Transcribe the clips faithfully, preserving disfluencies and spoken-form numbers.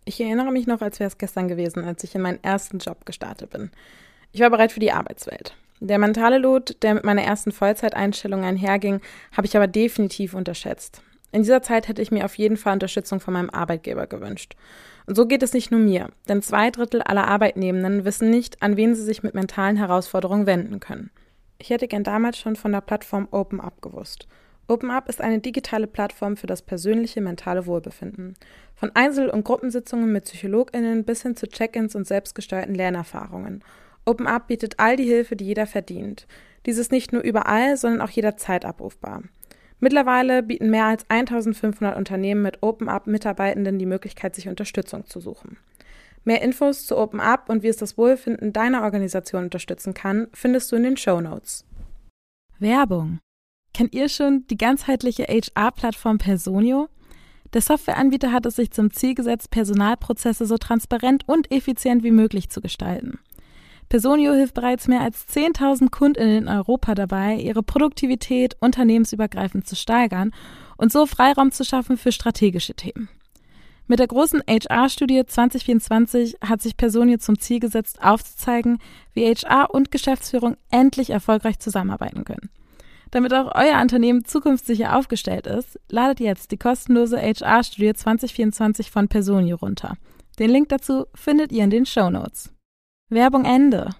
Ich erinnere mich noch, als wäre es gestern gewesen, als ich in meinen ersten Job gestartet bin. Ich war bereit für die Arbeitswelt. Der mentale Load, der mit meiner ersten Vollzeiteinstellung einherging, habe ich aber definitiv unterschätzt. In dieser Zeit hätte ich mir auf jeden Fall Unterstützung von meinem Arbeitgeber gewünscht. Und so geht es nicht nur mir, denn zwei Drittel aller Arbeitnehmenden wissen nicht, an wen sie sich mit mentalen Herausforderungen wenden können. Ich hätte gern damals schon von der Plattform OpenUp gewusst. OpenUp ist eine digitale Plattform für das persönliche mentale Wohlbefinden. Von Einzel- und Gruppensitzungen mit PsychologInnen bis hin zu Check-ins und selbstgesteuerten Lernerfahrungen. OpenUp bietet all die Hilfe, die jeder verdient. Dies ist nicht nur überall, sondern auch jederzeit abrufbar. Mittlerweile bieten mehr als eintausendfünfhundert Unternehmen mit OpenUp Mitarbeitenden die Möglichkeit, sich Unterstützung zu suchen. Mehr Infos zu OpenUp und wie es das Wohlbefinden deiner Organisation unterstützen kann, findest du in den Shownotes. Werbung. Kennt ihr schon die ganzheitliche H R-Plattform Personio? Der Softwareanbieter hat es sich zum Ziel gesetzt, Personalprozesse so transparent und effizient wie möglich zu gestalten. Personio hilft bereits mehr als zehntausend KundInnen in Europa dabei, ihre Produktivität unternehmensübergreifend zu steigern und so Freiraum zu schaffen für strategische Themen. Mit der großen H R-Studie zwanzig vierundzwanzig hat sich Personio zum Ziel gesetzt, aufzuzeigen, wie H R und Geschäftsführung endlich erfolgreich zusammenarbeiten können. Damit auch euer Unternehmen zukunftssicher aufgestellt ist, ladet jetzt die kostenlose H R-Studie zwanzig vierundzwanzig von Personio runter. Den Link dazu findet ihr in den Shownotes. Werbung Ende.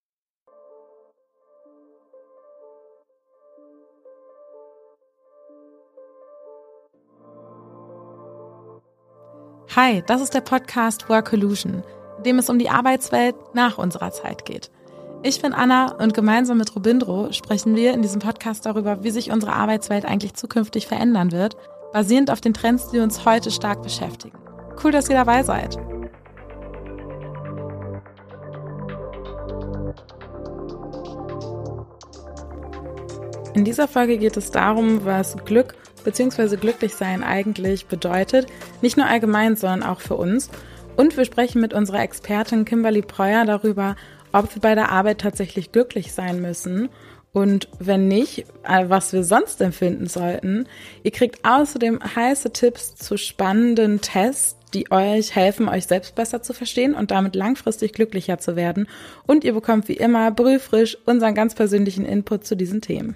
Hi, das ist der Podcast Workolution, in dem es um die Arbeitswelt nach unserer Zeit geht. Ich bin Anna und gemeinsam mit Robindro sprechen wir in diesem Podcast darüber, wie sich unsere Arbeitswelt eigentlich zukünftig verändern wird, basierend auf den Trends, die uns heute stark beschäftigen. Cool, dass ihr dabei seid. In dieser Folge geht es darum, was Glück bzw. Glücklichsein eigentlich bedeutet, nicht nur allgemein, sondern auch für uns. Und wir sprechen mit unserer Expertin Kimberly Breuer darüber, ob wir bei der Arbeit tatsächlich glücklich sein müssen und wenn nicht, was wir sonst empfinden sollten. Ihr kriegt außerdem heiße Tipps zu spannenden Tests, die euch helfen, euch selbst besser zu verstehen und damit langfristig glücklicher zu werden. Und ihr bekommt wie immer brühfrisch unseren ganz persönlichen Input zu diesen Themen.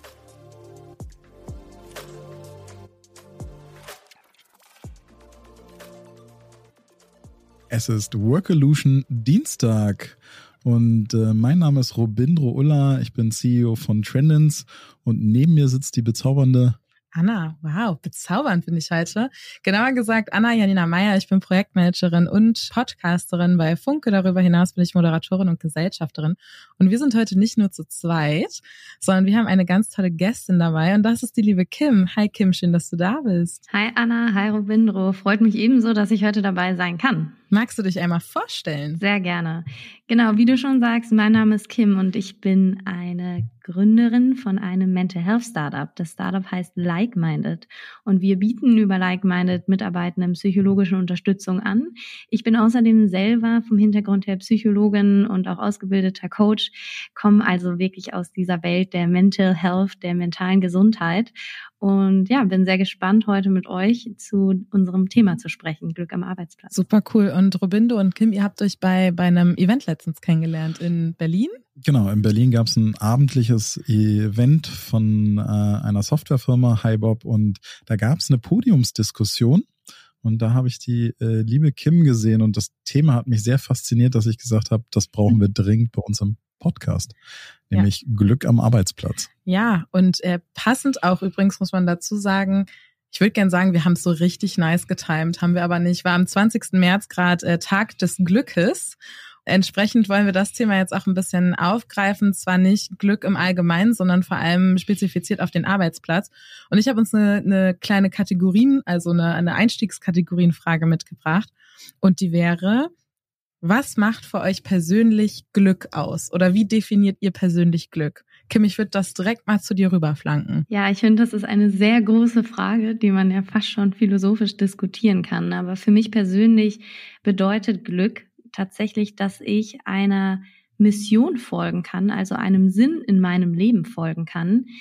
Es ist Workolution Dienstag und äh, mein Name ist Robindro Ulla, ich bin C E O von Trendins und neben mir sitzt die bezaubernde Anna, wow, bezaubernd finde ich heute. Genauer gesagt Anna Janina Meyer, ich bin Projektmanagerin und Podcasterin bei Funke. Darüber hinaus bin ich Moderatorin und Gesellschafterin. Und wir sind heute nicht nur zu zweit, sondern wir haben eine ganz tolle Gästin dabei und das ist die liebe Kim. Hi Kim, schön, dass du da bist. Hi Anna, hi Robindro. Freut mich ebenso, dass ich heute dabei sein kann. Magst du dich einmal vorstellen? Sehr gerne. Genau, wie du schon sagst, mein Name ist Kim und ich bin eine Gründerin von einem Mental Health Startup. Das Startup heißt Like-Minded und wir bieten über Like-Minded Mitarbeitenden psychologische Unterstützung an. Ich bin außerdem selber vom Hintergrund her Psychologin und auch ausgebildeter Coach, komme also wirklich aus dieser Welt der Mental Health, der mentalen Gesundheit und ja, bin sehr gespannt, heute mit euch zu unserem Thema zu sprechen, Glück am Arbeitsplatz. Super cool. Und Robindo und Kim, ihr habt euch bei, bei einem Event letztens kennengelernt in Berlin? Genau, in Berlin gab es ein abendliches Event von äh, einer Softwarefirma, HiBob, und da gab es eine Podiumsdiskussion und da habe ich die äh, liebe Kim gesehen und das Thema hat mich sehr fasziniert, dass ich gesagt habe, das brauchen wir dringend bei uns im Podcast, nämlich ja. Glück am Arbeitsplatz. Ja, und äh, passend auch übrigens muss man dazu sagen, ich würde gerne sagen, wir haben es so richtig nice getimt, haben wir aber nicht. War am zwanzigsten März gerade äh, Tag des Glückes. Entsprechend wollen wir das Thema jetzt auch ein bisschen aufgreifen. Zwar nicht Glück im Allgemeinen, sondern vor allem spezifiziert auf den Arbeitsplatz. Und ich habe uns eine, eine kleine Kategorien, also eine, eine Einstiegskategorienfrage mitgebracht. Und die wäre, was macht für euch persönlich Glück aus? Oder wie definiert ihr persönlich Glück? Kim, ich würde das direkt mal zu dir rüberflanken. Ja, ich finde, das ist eine sehr große Frage, die man ja fast schon philosophisch diskutieren kann. Aber für mich persönlich bedeutet Glück tatsächlich, dass ich einer Mission folgen kann, also einem Sinn in meinem Leben folgen kann,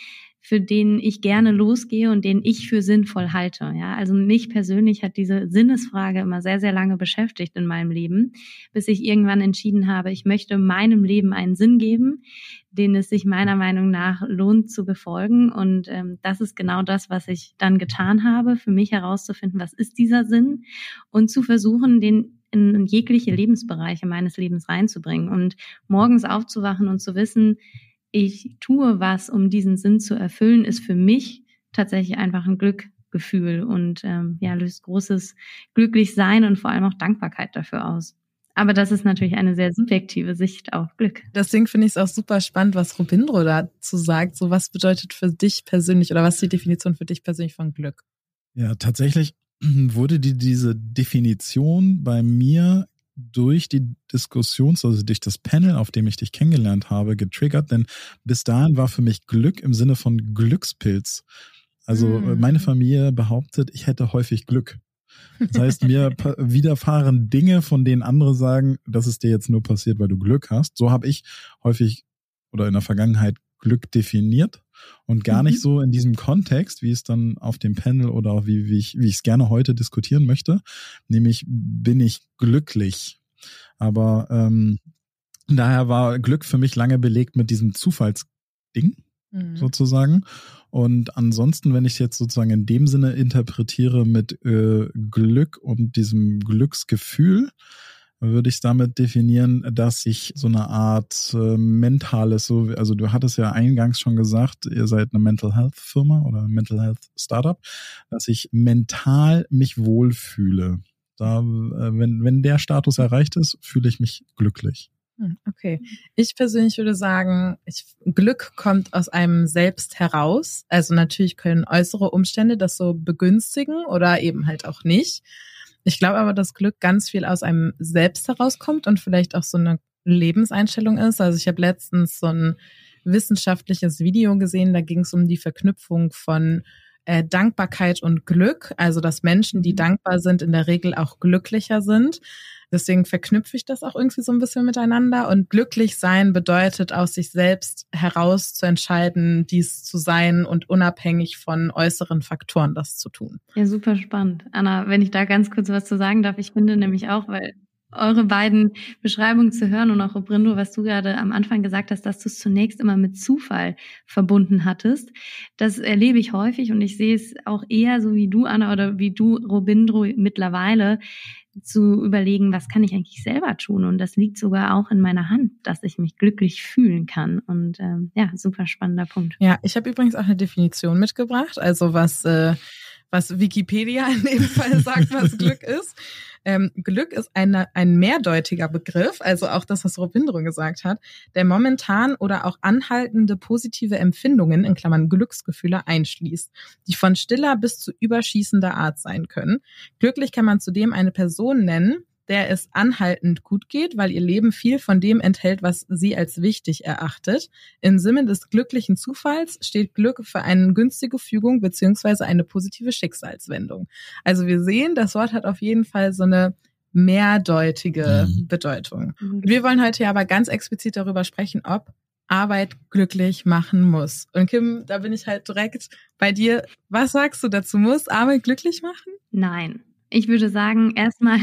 für den ich gerne losgehe und den ich für sinnvoll halte. Ja, also mich persönlich hat diese Sinnesfrage immer sehr, sehr lange beschäftigt in meinem Leben, bis ich irgendwann entschieden habe, ich möchte meinem Leben einen Sinn geben, den es sich meiner Meinung nach lohnt zu befolgen. Und ähm, das ist genau das, was ich dann getan habe, für mich herauszufinden, was ist dieser Sinn und zu versuchen, den in jegliche Lebensbereiche meines Lebens reinzubringen und morgens aufzuwachen und zu wissen, ich tue was, um diesen Sinn zu erfüllen, ist für mich tatsächlich einfach ein Glückgefühl und ähm, ja, löst großes Glücklichsein und vor allem auch Dankbarkeit dafür aus. Aber das ist natürlich eine sehr subjektive Sicht auf Glück. Deswegen finde ich es auch super spannend, was Robindro dazu sagt. So, was bedeutet für dich persönlich oder was ist die Definition für dich persönlich von Glück? Ja, tatsächlich wurde die, diese Definition bei mir durch die Diskussions-, also durch das Panel, auf dem ich dich kennengelernt habe, getriggert, denn bis dahin war für mich Glück im Sinne von Glückspilz. Also mm. meine Familie behauptet, ich hätte häufig Glück. Das heißt, mir widerfahren Dinge, von denen andere sagen, das ist dir jetzt nur passiert, weil du Glück hast. So habe ich häufig oder in der Vergangenheit Glück definiert und gar mhm. nicht so in diesem Kontext, wie es dann auf dem Panel oder auch wie, wie ich wie ich es gerne heute diskutieren möchte, nämlich bin ich glücklich. Aber ähm, daher war Glück für mich lange belegt mit diesem Zufallsding mhm. sozusagen. Und ansonsten, wenn ich jetzt sozusagen in dem Sinne interpretiere mit äh, Glück und diesem Glücksgefühl, würde ich es damit definieren, dass ich so eine Art äh, mentales, so, also du hattest ja eingangs schon gesagt, ihr seid eine Mental Health Firma oder Mental Health Startup, dass ich mental mich wohlfühle. Da, äh, wenn, wenn der Status erreicht ist, fühle ich mich glücklich. Okay. Ich persönlich würde sagen, ich, Glück kommt aus einem selbst heraus. Also natürlich können äußere Umstände das so begünstigen oder eben halt auch nicht. Ich glaube aber, dass Glück ganz viel aus einem selbst herauskommt und vielleicht auch so eine Lebenseinstellung ist. Also ich habe letztens so ein wissenschaftliches Video gesehen, da ging es um die Verknüpfung von äh, Dankbarkeit und Glück. Also dass Menschen, die dankbar sind, in der Regel auch glücklicher sind. Deswegen verknüpfe ich das auch irgendwie so ein bisschen miteinander. Und glücklich sein bedeutet, aus sich selbst heraus zu entscheiden, dies zu sein und unabhängig von äußeren Faktoren das zu tun. Ja, super spannend. Anna, wenn ich da ganz kurz was zu sagen darf, ich finde nämlich auch, weil eure beiden Beschreibungen zu hören und auch Robindro, was du gerade am Anfang gesagt hast, dass du es zunächst immer mit Zufall verbunden hattest. Das erlebe ich häufig und ich sehe es auch eher so wie du, Anna, oder wie du, Robindro, mittlerweile zu überlegen, was kann ich eigentlich selber tun? Und das liegt sogar auch in meiner Hand, dass ich mich glücklich fühlen kann. Und ähm, ja, super spannender Punkt. Ja, ich habe übrigens auch eine Definition mitgebracht, also was äh, was Wikipedia in dem Fall sagt, was Glück ist. Ähm, Glück ist eine, ein mehrdeutiger Begriff, also auch das, was Robindro gesagt hat, der momentan oder auch anhaltende positive Empfindungen, in Klammern Glücksgefühle, einschließt, die von stiller bis zu überschießender Art sein können. Glücklich kann man zudem eine Person nennen, der es anhaltend gut geht, weil ihr Leben viel von dem enthält, was sie als wichtig erachtet. Im Sinne des glücklichen Zufalls steht Glück für eine günstige Fügung beziehungsweise eine positive Schicksalswendung. Also wir sehen, das Wort hat auf jeden Fall so eine mehrdeutige mhm. Bedeutung. Und wir wollen heute ja aber ganz explizit darüber sprechen, ob Arbeit glücklich machen muss. Und Kim, da bin ich halt direkt bei dir. Was sagst du dazu? Muss Arbeit glücklich machen? Nein. Ich würde sagen, erstmal,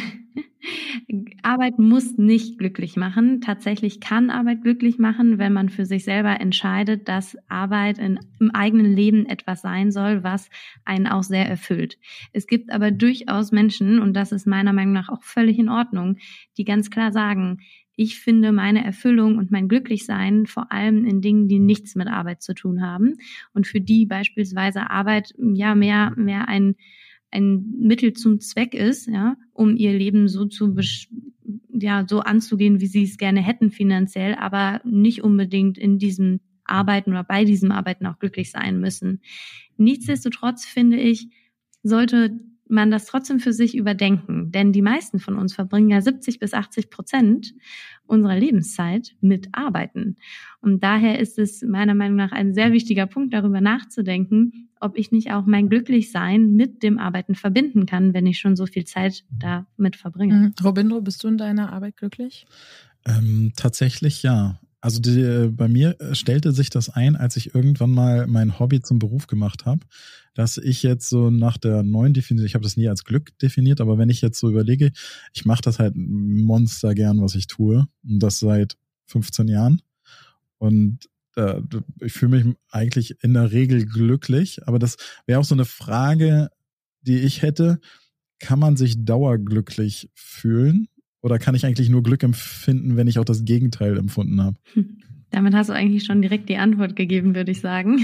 Arbeit muss nicht glücklich machen. Tatsächlich kann Arbeit glücklich machen, wenn man für sich selber entscheidet, dass Arbeit in, im eigenen Leben etwas sein soll, was einen auch sehr erfüllt. Es gibt aber durchaus Menschen, und das ist meiner Meinung nach auch völlig in Ordnung, die ganz klar sagen, ich finde meine Erfüllung und mein Glücklichsein vor allem in Dingen, die nichts mit Arbeit zu tun haben. Und für die beispielsweise Arbeit ja mehr, mehr ein ein Mittel zum Zweck ist, ja, um ihr Leben so zu ja so anzugehen, wie sie es gerne hätten finanziell, aber nicht unbedingt in diesem Arbeiten oder bei diesem Arbeiten auch glücklich sein müssen. Nichtsdestotrotz finde ich, sollte man das trotzdem für sich überdenken, denn die meisten von uns verbringen ja siebzig bis achtzig Prozent unserer Lebenszeit mit Arbeiten. Und daher ist es meiner Meinung nach ein sehr wichtiger Punkt, darüber nachzudenken, ob ich nicht auch mein Glücklichsein mit dem Arbeiten verbinden kann, wenn ich schon so viel Zeit damit verbringe. Mhm. Robindro, bist du in deiner Arbeit glücklich? Ähm, tatsächlich ja. Also die, bei mir stellte sich das ein, als ich irgendwann mal mein Hobby zum Beruf gemacht habe, dass ich jetzt so nach der neuen Definition, ich habe das nie als Glück definiert, aber wenn ich jetzt so überlege, ich mache das halt monster gern, was ich tue, und das seit fünfzehn Jahren, und äh, ich fühle mich eigentlich in der Regel glücklich, aber das wäre auch so eine Frage, die ich hätte: Kann man sich dauerglücklich fühlen? Oder kann ich eigentlich nur Glück empfinden, wenn ich auch das Gegenteil empfunden habe? Damit hast du eigentlich schon direkt die Antwort gegeben, würde ich sagen.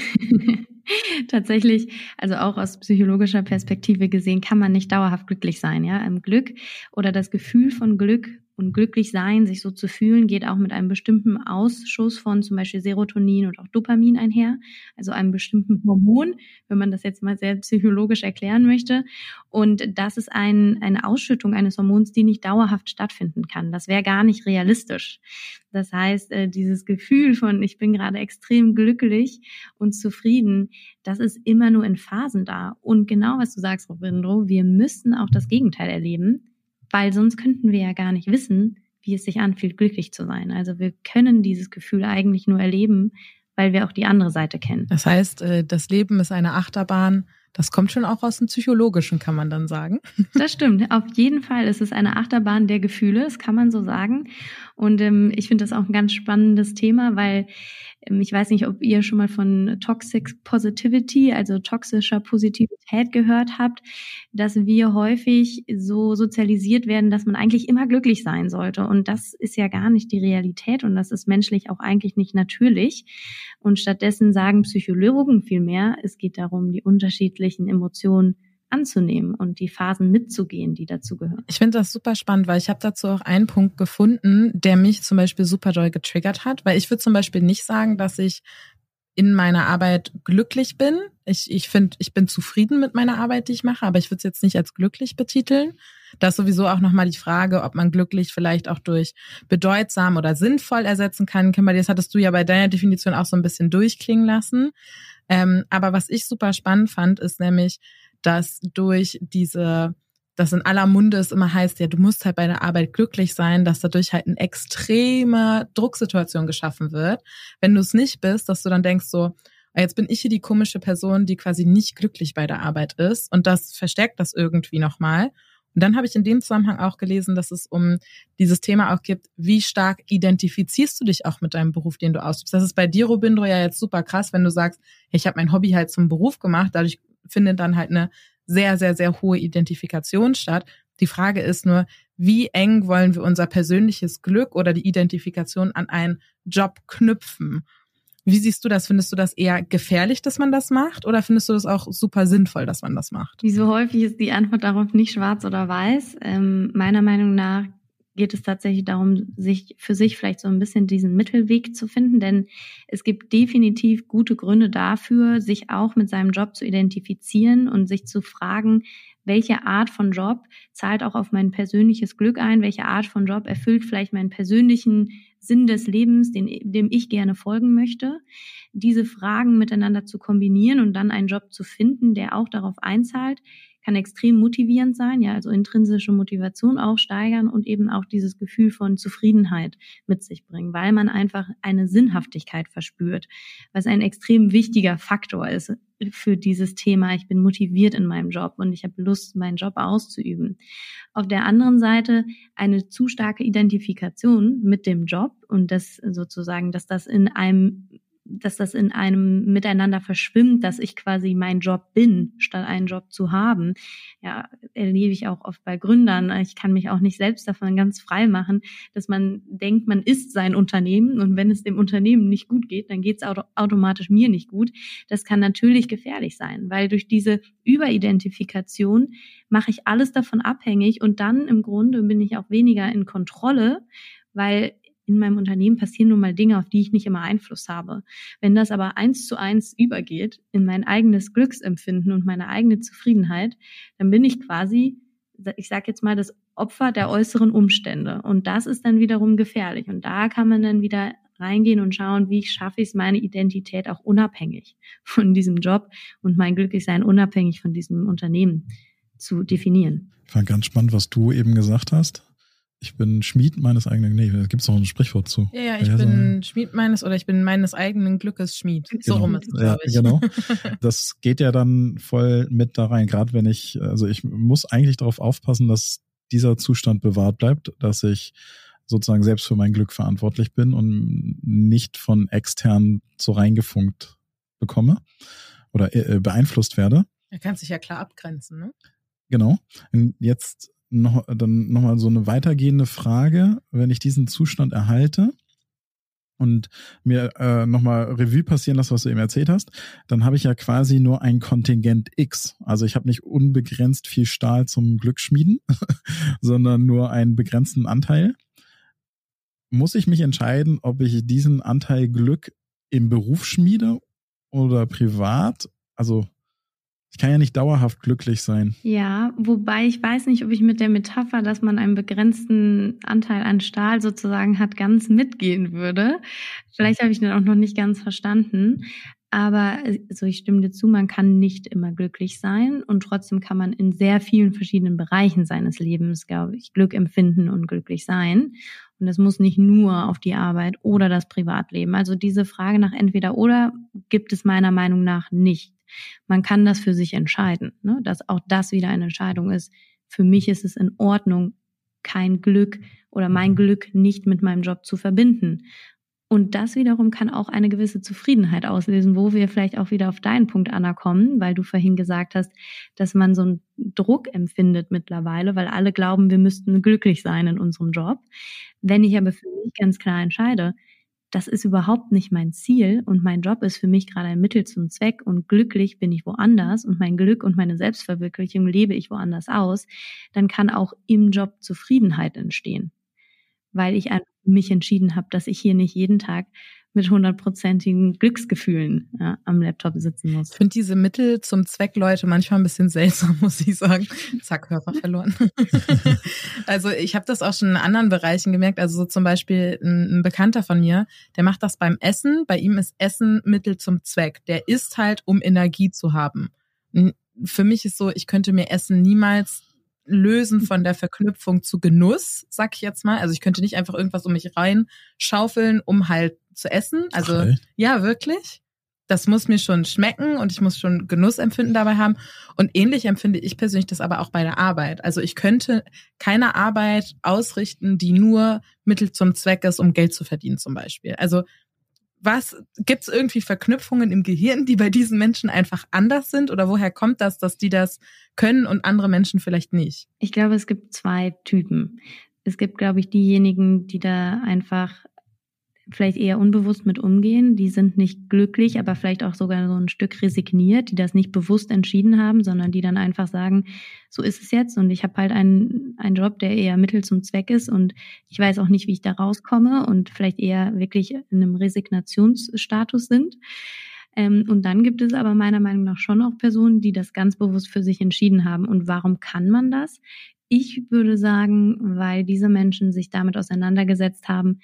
Tatsächlich, also auch aus psychologischer Perspektive gesehen, kann man nicht dauerhaft glücklich sein. Ja, im Glück oder das Gefühl von Glück und glücklich sein, sich so zu fühlen, geht auch mit einem bestimmten Ausschuss von zum Beispiel Serotonin und auch Dopamin einher, also einem bestimmten Hormon, wenn man das jetzt mal sehr psychologisch erklären möchte. Und das ist ein, eine Ausschüttung eines Hormons, die nicht dauerhaft stattfinden kann. Das wäre gar nicht realistisch. Das heißt, dieses Gefühl von, ich bin gerade extrem glücklich und zufrieden, das ist immer nur in Phasen da. Und genau, was du sagst, Robindro, wir müssen auch das Gegenteil erleben, weil sonst könnten wir ja gar nicht wissen, wie es sich anfühlt, glücklich zu sein. Also wir können dieses Gefühl eigentlich nur erleben, weil wir auch die andere Seite kennen. Das heißt, das Leben ist eine Achterbahn. Das kommt schon auch aus dem Psychologischen, kann man dann sagen. Das stimmt. Auf jeden Fall ist es eine Achterbahn der Gefühle, das kann man so sagen. Und ähm, ich finde das auch ein ganz spannendes Thema, weil ähm, ich weiß nicht, ob ihr schon mal von Toxic Positivity, also toxischer Positivität gehört habt, dass wir häufig so sozialisiert werden, dass man eigentlich immer glücklich sein sollte. Und das ist ja gar nicht die Realität und das ist menschlich auch eigentlich nicht natürlich. Und stattdessen sagen Psychologen vielmehr, es geht darum, die unterschiedlichen Emotionen anzunehmen und die Phasen mitzugehen, die dazugehören. Ich finde das super spannend, weil ich habe dazu auch einen Punkt gefunden, der mich zum Beispiel super doll getriggert hat, weil ich würde zum Beispiel nicht sagen, dass ich in meiner Arbeit glücklich bin. Ich, ich finde, ich bin zufrieden mit meiner Arbeit, die ich mache, aber ich würde es jetzt nicht als glücklich betiteln. Da ist sowieso auch nochmal die Frage, ob man glücklich vielleicht auch durch bedeutsam oder sinnvoll ersetzen kann. Kimberly, das hattest du ja bei deiner Definition auch so ein bisschen durchklingen lassen. Ähm, aber was ich super spannend fand, ist nämlich, dass durch diese, dass in aller Munde es immer heißt, ja, du musst halt bei der Arbeit glücklich sein, dass dadurch halt eine extreme Drucksituation geschaffen wird. Wenn du es nicht bist, dass du dann denkst so, jetzt bin ich hier die komische Person, die quasi nicht glücklich bei der Arbeit ist, und das verstärkt das irgendwie nochmal. Und dann habe ich in dem Zusammenhang auch gelesen, dass es um dieses Thema auch gibt, wie stark identifizierst du dich auch mit deinem Beruf, den du ausübst. Das ist bei dir, Robindro, ja jetzt super krass, wenn du sagst, ich habe mein Hobby halt zum Beruf gemacht, dadurch findet dann halt eine sehr, sehr, sehr hohe Identifikation statt. Die Frage ist nur, wie eng wollen wir unser persönliches Glück oder die Identifikation an einen Job knüpfen? Wie siehst du das? Findest du das eher gefährlich, dass man das macht, oder findest du das auch super sinnvoll, dass man das macht? Wie so häufig ist die Antwort darauf nicht schwarz oder weiß. Ähm, meiner Meinung nach geht es tatsächlich darum, sich für sich vielleicht so ein bisschen diesen Mittelweg zu finden, denn es gibt definitiv gute Gründe dafür, sich auch mit seinem Job zu identifizieren und sich zu fragen, welche Art von Job zahlt auch auf mein persönliches Glück ein, welche Art von Job erfüllt vielleicht meinen persönlichen Sinn des Lebens, den, dem ich gerne folgen möchte. Diese Fragen miteinander zu kombinieren und dann einen Job zu finden, der auch darauf einzahlt, kann extrem motivierend sein, ja, also intrinsische Motivation auch steigern und eben auch dieses Gefühl von Zufriedenheit mit sich bringen, weil man einfach eine Sinnhaftigkeit verspürt, was ein extrem wichtiger Faktor ist für dieses Thema. Ich bin motiviert in meinem Job und ich habe Lust, meinen Job auszuüben. Auf der anderen Seite eine zu starke Identifikation mit dem Job und das sozusagen, dass das in einem dass das in einem Miteinander verschwimmt, dass ich quasi mein Job bin, statt einen Job zu haben. Ja, erlebe ich auch oft bei Gründern. Ich kann mich auch nicht selbst davon ganz frei machen, dass man denkt, man ist sein Unternehmen und wenn es dem Unternehmen nicht gut geht, dann geht es auto- automatisch mir nicht gut. Das kann natürlich gefährlich sein, weil durch diese Überidentifikation mache ich alles davon abhängig und dann im Grunde bin ich auch weniger in Kontrolle, weil in meinem Unternehmen passieren nun mal Dinge, auf die ich nicht immer Einfluss habe. Wenn das aber eins zu eins übergeht in mein eigenes Glücksempfinden und meine eigene Zufriedenheit, dann bin ich quasi, ich sage jetzt mal, das Opfer der äußeren Umstände. Und das ist dann wiederum gefährlich. Und da kann man dann wieder reingehen und schauen, wie schaffe ich es, meine Identität auch unabhängig von diesem Job und mein Glücklichsein unabhängig von diesem Unternehmen zu definieren. Ich fand ganz spannend, was du eben gesagt hast. Ich bin Schmied meines eigenen, nee, da gibt es noch ein Sprichwort zu. Ja, ja, ich ja, bin so. Schmied meines oder ich bin meines eigenen Glückes Schmied. So genau. rum ist es, glaube ich. Ja, genau. Das geht ja dann voll mit da rein. Gerade wenn ich, also ich muss eigentlich darauf aufpassen, dass dieser Zustand bewahrt bleibt, dass ich sozusagen selbst für mein Glück verantwortlich bin und nicht von extern so reingefunkt bekomme oder äh, beeinflusst werde. Da kannst dich ja klar abgrenzen, ne? Genau. Und jetzt noch, dann nochmal so eine weitergehende Frage, wenn ich diesen Zustand erhalte und mir äh, nochmal Revue passieren lasse, was du eben erzählt hast, dann habe ich ja quasi nur ein Kontingent X. Also ich habe nicht unbegrenzt viel Stahl zum Glück schmieden, sondern nur einen begrenzten Anteil. Muss ich mich entscheiden, ob ich diesen Anteil Glück im Beruf schmiede oder privat? Also ich kann ja nicht dauerhaft glücklich sein. Ja, wobei ich weiß nicht, ob ich mit der Metapher, dass man einen begrenzten Anteil an Stahl sozusagen hat, ganz mitgehen würde. Vielleicht habe ich den auch noch nicht ganz verstanden. Aber also ich stimme dir zu, man kann nicht immer glücklich sein und trotzdem kann man in sehr vielen verschiedenen Bereichen seines Lebens, glaube ich, Glück empfinden und glücklich sein. Und das muss nicht nur auf die Arbeit oder das Privatleben. Also diese Frage nach entweder oder gibt es meiner Meinung nach nicht. Man kann das für sich entscheiden, ne? Dass auch das wieder eine Entscheidung ist. Für mich ist es in Ordnung, kein Glück oder mein Glück nicht mit meinem Job zu verbinden. Und das wiederum kann auch eine gewisse Zufriedenheit auslösen, wo wir vielleicht auch wieder auf deinen Punkt, Anna, kommen, weil du vorhin gesagt hast, dass man so einen Druck empfindet mittlerweile, weil alle glauben, wir müssten glücklich sein in unserem Job. Wenn ich aber für mich ganz klar entscheide, das ist überhaupt nicht mein Ziel und mein Job ist für mich gerade ein Mittel zum Zweck und glücklich bin ich woanders und mein Glück und meine Selbstverwirklichung lebe ich woanders aus, dann kann auch im Job Zufriedenheit entstehen, weil ich einfach mich entschieden habe, dass ich hier nicht jeden Tag mit hundertprozentigen Glücksgefühlen ja, am Laptop sitzen muss. Ich finde diese Mittel zum Zweck Leute manchmal ein bisschen seltsam, muss ich sagen. Zack, Hörer verloren. Also ich habe das auch schon in anderen Bereichen gemerkt. Also so zum Beispiel ein, ein Bekannter von mir, der macht das beim Essen. Bei ihm ist Essen Mittel zum Zweck. Der isst halt, um Energie zu haben. Für mich ist so, ich könnte mir Essen niemals lösen von der Verknüpfung zu Genuss, sag ich jetzt mal. Also ich könnte nicht einfach irgendwas um mich reinschaufeln, um halt zu essen. Also Ach, ja, wirklich. Das muss mir schon schmecken und ich muss schon Genussempfinden dabei haben. Und ähnlich empfinde ich persönlich das aber auch bei der Arbeit. Also ich könnte keine Arbeit ausrichten, die nur Mittel zum Zweck ist, um Geld zu verdienen zum Beispiel. Also was, gibt's irgendwie Verknüpfungen im Gehirn, die bei diesen Menschen einfach anders sind? Oder woher kommt das, dass die das können und andere Menschen vielleicht nicht? Ich glaube, es gibt zwei Typen. Es gibt, glaube ich, diejenigen, die da einfach vielleicht eher unbewusst mit umgehen. Die sind nicht glücklich, aber vielleicht auch sogar so ein Stück resigniert, die das nicht bewusst entschieden haben, sondern die dann einfach sagen, so ist es jetzt und ich habe halt einen, einen Job, der eher Mittel zum Zweck ist und ich weiß auch nicht, wie ich da rauskomme und vielleicht eher wirklich in einem Resignationsstatus sind. Ähm, und dann gibt es aber meiner Meinung nach schon auch Personen, die das ganz bewusst für sich entschieden haben. Und warum kann man das? Ich würde sagen, weil diese Menschen sich damit auseinandergesetzt haben,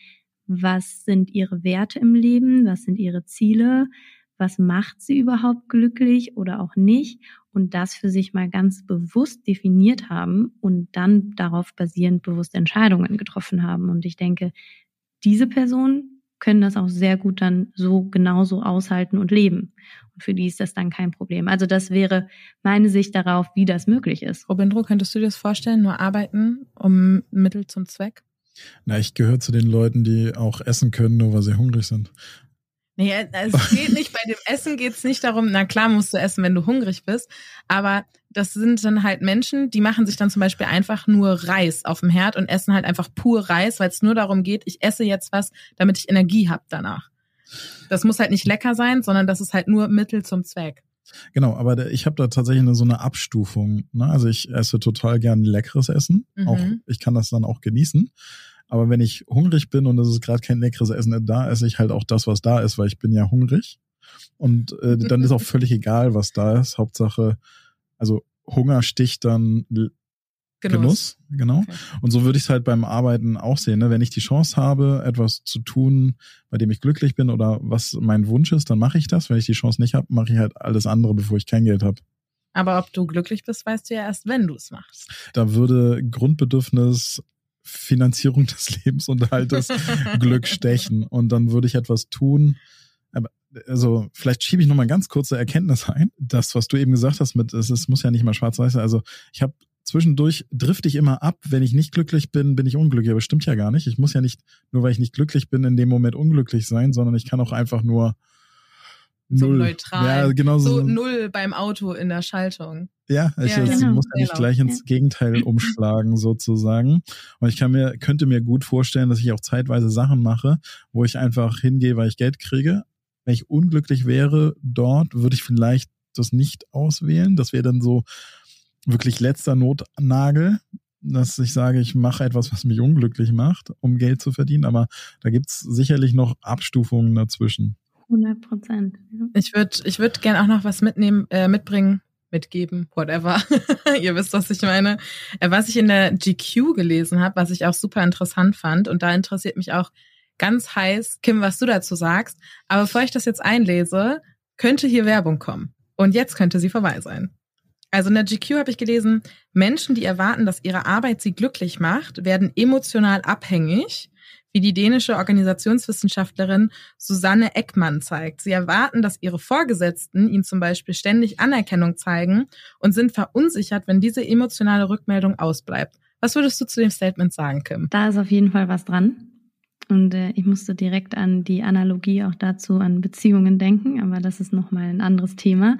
was sind ihre Werte im Leben, was sind ihre Ziele, was macht sie überhaupt glücklich oder auch nicht und das für sich mal ganz bewusst definiert haben und dann darauf basierend bewusst Entscheidungen getroffen haben. Und ich denke, diese Personen können das auch sehr gut dann so genauso aushalten und leben. Und für die ist das dann kein Problem. Also das wäre meine Sicht darauf, wie das möglich ist. Robindro, könntest du dir das vorstellen, nur arbeiten um Mittel zum Zweck? Na, ich gehöre zu den Leuten, die auch essen können, nur weil sie hungrig sind. Nee, es geht nicht, bei dem Essen geht es nicht darum, na klar musst du essen, wenn du hungrig bist, aber das sind dann halt Menschen, die machen sich dann zum Beispiel einfach nur Reis auf dem Herd und essen halt einfach pur Reis, weil es nur darum geht, ich esse jetzt was, damit ich Energie habe danach. Das muss halt nicht lecker sein, sondern das ist halt nur Mittel zum Zweck. Genau, aber ich habe da tatsächlich eine, so eine Abstufung. Ne? Also ich esse total gern leckeres Essen. Mhm. Auch ich kann das dann auch genießen. Aber wenn ich hungrig bin und es ist gerade kein leckeres Essen da, esse ich halt auch das, was da ist, weil ich bin ja hungrig. Und äh, dann ist auch völlig egal, was da ist. Hauptsache, also Hunger sticht dann Genuss. Genuss genau. Okay. Und so würde ich es halt beim Arbeiten auch sehen. Ne? Wenn ich die Chance habe, etwas zu tun, bei dem ich glücklich bin oder was mein Wunsch ist, dann mache ich das. Wenn ich die Chance nicht habe, mache ich halt alles andere, bevor ich kein Geld habe. Aber ob du glücklich bist, weißt du ja erst, wenn du es machst. Da würde Grundbedürfnis Finanzierung des Lebensunterhaltes Glück stechen. Und dann würde ich etwas tun. Aber also vielleicht schiebe ich noch mal ganz kurze Erkenntnis ein. Das, was du eben gesagt hast, mit es, es muss ja nicht mal schwarz-weiß sein. Also ich habe zwischendurch drifte ich immer ab. Wenn ich nicht glücklich bin, bin ich unglücklich. Aber stimmt ja gar nicht. Ich muss ja nicht, nur weil ich nicht glücklich bin, in dem Moment unglücklich sein, sondern ich kann auch einfach nur so null. neutral. Ja, genau so. So null beim Auto in der Schaltung. Ja, ich ja, es genau. muss ja nicht gleich ins Gegenteil umschlagen sozusagen. Und ich kann mir, könnte mir gut vorstellen, dass ich auch zeitweise Sachen mache, wo ich einfach hingehe, weil ich Geld kriege. Wenn ich unglücklich wäre dort, würde ich vielleicht das nicht auswählen. Das wäre dann so wirklich letzter Notnagel, dass ich sage, ich mache etwas, was mich unglücklich macht, um Geld zu verdienen. Aber da gibt's sicherlich noch Abstufungen dazwischen. hundert Prozent. Ja. Ich würde ich würd gerne auch noch was mitnehmen, äh, mitbringen, mitgeben, whatever. Ihr wisst, was ich meine. Äh, was ich in der G Q gelesen habe, was ich auch super interessant fand. Und da interessiert mich auch ganz heiß, Kim, was du dazu sagst. Aber bevor ich das jetzt einlese, könnte hier Werbung kommen. Und jetzt könnte sie vorbei sein. Also in der G Q habe ich gelesen, Menschen, die erwarten, dass ihre Arbeit sie glücklich macht, werden emotional abhängig, wie die dänische Organisationswissenschaftlerin Susanne Ekman zeigt. Sie erwarten, dass ihre Vorgesetzten ihnen zum Beispiel ständig Anerkennung zeigen und sind verunsichert, wenn diese emotionale Rückmeldung ausbleibt. Was würdest du zu dem Statement sagen, Kim? Da ist auf jeden Fall was dran. Und äh, ich musste direkt an die Analogie auch dazu an Beziehungen denken, aber das ist nochmal ein anderes Thema.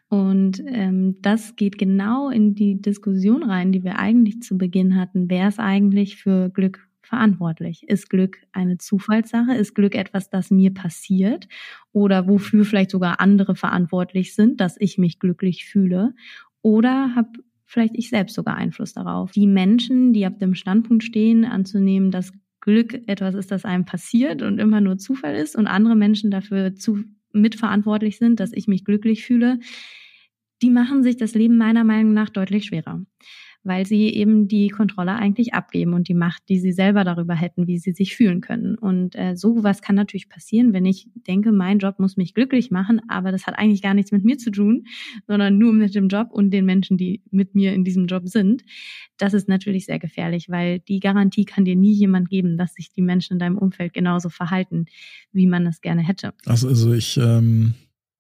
Und ähm, das geht genau in die Diskussion rein, die wir eigentlich zu Beginn hatten. Wer ist eigentlich für Glück verantwortlich? Ist Glück eine Zufallssache? Ist Glück etwas, das mir passiert? Oder wofür vielleicht sogar andere verantwortlich sind, dass ich mich glücklich fühle? Oder habe vielleicht ich selbst sogar Einfluss darauf? Die Menschen, die auf dem Standpunkt stehen, anzunehmen, dass Glück etwas ist, das einem passiert und immer nur Zufall ist und andere Menschen dafür zu, mitverantwortlich sind, dass ich mich glücklich fühle, die machen sich das Leben meiner Meinung nach deutlich schwerer, weil sie eben die Kontrolle eigentlich abgeben und die Macht, die sie selber darüber hätten, wie sie sich fühlen können. Und äh, sowas kann natürlich passieren, wenn ich denke, mein Job muss mich glücklich machen, aber das hat eigentlich gar nichts mit mir zu tun, sondern nur mit dem Job und den Menschen, die mit mir in diesem Job sind. Das ist natürlich sehr gefährlich, weil die Garantie kann dir nie jemand geben, dass sich die Menschen in deinem Umfeld genauso verhalten, wie man es gerne hätte. Also, also ich... Ähm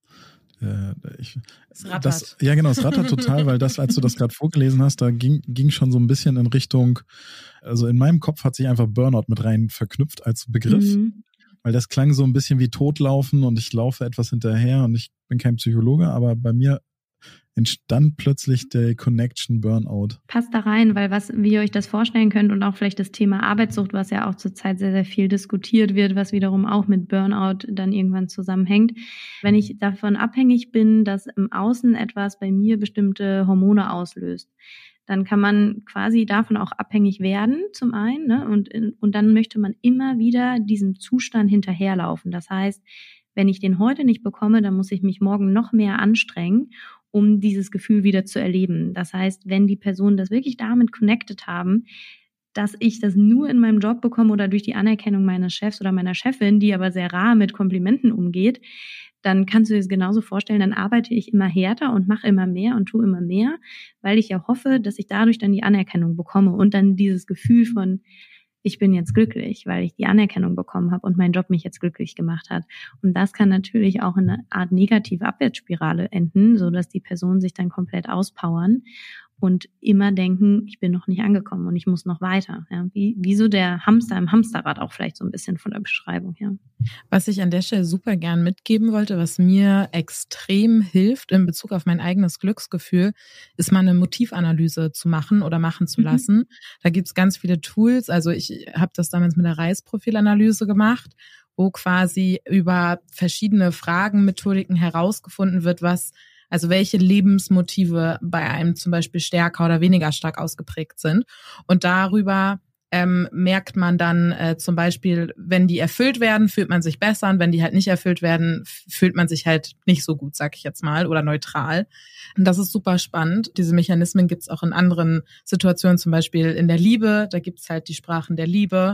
Äh, ich, es rattert. Das, ja, genau, es rattert total, weil das, als du das gerade vorgelesen hast, da ging, ging schon so ein bisschen in Richtung, also in meinem Kopf hat sich einfach Burnout mit rein verknüpft als Begriff, mhm. weil das klang so ein bisschen wie Totlaufen und ich laufe etwas hinterher und ich bin kein Psychologe, aber bei mir entstand plötzlich der Connection Burnout. Passt da rein, weil was, wie ihr euch das vorstellen könnt und auch vielleicht das Thema Arbeitssucht, was ja auch zurzeit sehr, sehr viel diskutiert wird, was wiederum auch mit Burnout dann irgendwann zusammenhängt. Wenn ich davon abhängig bin, dass im Außen etwas bei mir bestimmte Hormone auslöst, dann kann man quasi davon auch abhängig werden, zum einen, ne? und, und dann möchte man immer wieder diesem Zustand hinterherlaufen. Das heißt, wenn ich den heute nicht bekomme, dann muss ich mich morgen noch mehr anstrengen, um dieses Gefühl wieder zu erleben. Das heißt, wenn die Personen das wirklich damit connected haben, dass ich das nur in meinem Job bekomme oder durch die Anerkennung meines Chefs oder meiner Chefin, die aber sehr rar mit Komplimenten umgeht, dann kannst du dir das genauso vorstellen, dann arbeite ich immer härter und mache immer mehr und tue immer mehr, weil ich ja hoffe, dass ich dadurch dann die Anerkennung bekomme und dann dieses Gefühl von, ich bin jetzt glücklich, weil ich die Anerkennung bekommen habe und mein Job mich jetzt glücklich gemacht hat. Und das kann natürlich auch in einer Art negative Abwärtsspirale enden, so dass die Personen sich dann komplett auspowern und immer denken, ich bin noch nicht angekommen und ich muss noch weiter. Ja, wie, wie so der Hamster im Hamsterrad auch vielleicht so ein bisschen von der Beschreibung her. Was ich an der Stelle super gern mitgeben wollte, was mir extrem hilft in Bezug auf mein eigenes Glücksgefühl, ist mal eine Motivanalyse zu machen oder machen zu lassen. Mhm. Da gibt's ganz viele Tools. Also ich habe das damals mit der Reisprofilanalyse gemacht, wo quasi über verschiedene Fragen, Methodiken herausgefunden wird, was also welche Lebensmotive bei einem zum Beispiel stärker oder weniger stark ausgeprägt sind. Und darüber ähm, merkt man dann äh, zum Beispiel, wenn die erfüllt werden, fühlt man sich besser und wenn die halt nicht erfüllt werden, fühlt man sich halt nicht so gut, sag ich jetzt mal, oder neutral. Und das ist super spannend. Diese Mechanismen gibt's auch in anderen Situationen, zum Beispiel in der Liebe. Da gibt's halt die Sprachen der Liebe.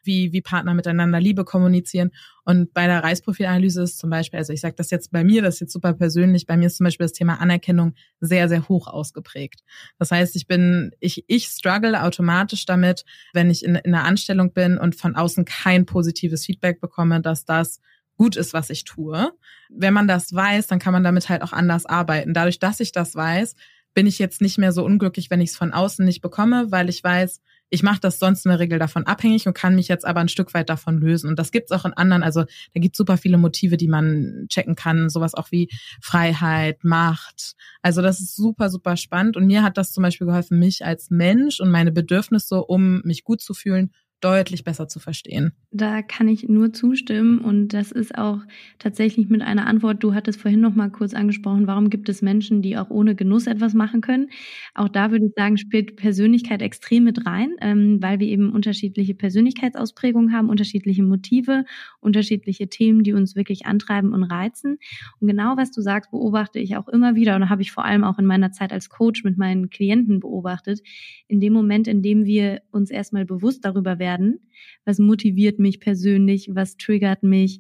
wie, wie Partner miteinander Liebe kommunizieren. Und bei der Reisprofilanalyse ist zum Beispiel, also ich sage das jetzt bei mir, das ist jetzt super persönlich, bei mir ist zum Beispiel das Thema Anerkennung sehr, sehr hoch ausgeprägt. Das heißt, ich bin, ich, ich struggle automatisch damit, wenn ich in, in einer Anstellung bin und von außen kein positives Feedback bekomme, dass das gut ist, was ich tue. Wenn man das weiß, dann kann man damit halt auch anders arbeiten. Dadurch, dass ich das weiß, bin ich jetzt nicht mehr so unglücklich, wenn ich es von außen nicht bekomme, weil ich weiß, ich mache das sonst in der Regel davon abhängig und kann mich jetzt aber ein Stück weit davon lösen. Und das gibt's auch in anderen, also da gibt's super viele Motive, die man checken kann, sowas auch wie Freiheit, Macht. Also das ist super, super spannend. Und mir hat das zum Beispiel geholfen, mich als Mensch und meine Bedürfnisse, um mich gut zu fühlen, deutlich besser zu verstehen. Da kann ich nur zustimmen und das ist auch tatsächlich mit einer Antwort, du hattest vorhin noch mal kurz angesprochen, warum gibt es Menschen, die auch ohne Genuss etwas machen können? Auch da würde ich sagen, spielt Persönlichkeit extrem mit rein, ähm, weil wir eben unterschiedliche Persönlichkeitsausprägungen haben, unterschiedliche Motive, unterschiedliche Themen, die uns wirklich antreiben und reizen. Und genau was du sagst, beobachte ich auch immer wieder und habe ich vor allem auch in meiner Zeit als Coach mit meinen Klienten beobachtet, in dem Moment, in dem wir uns erstmal bewusst darüber werden, werden, was motiviert mich persönlich, was triggert mich,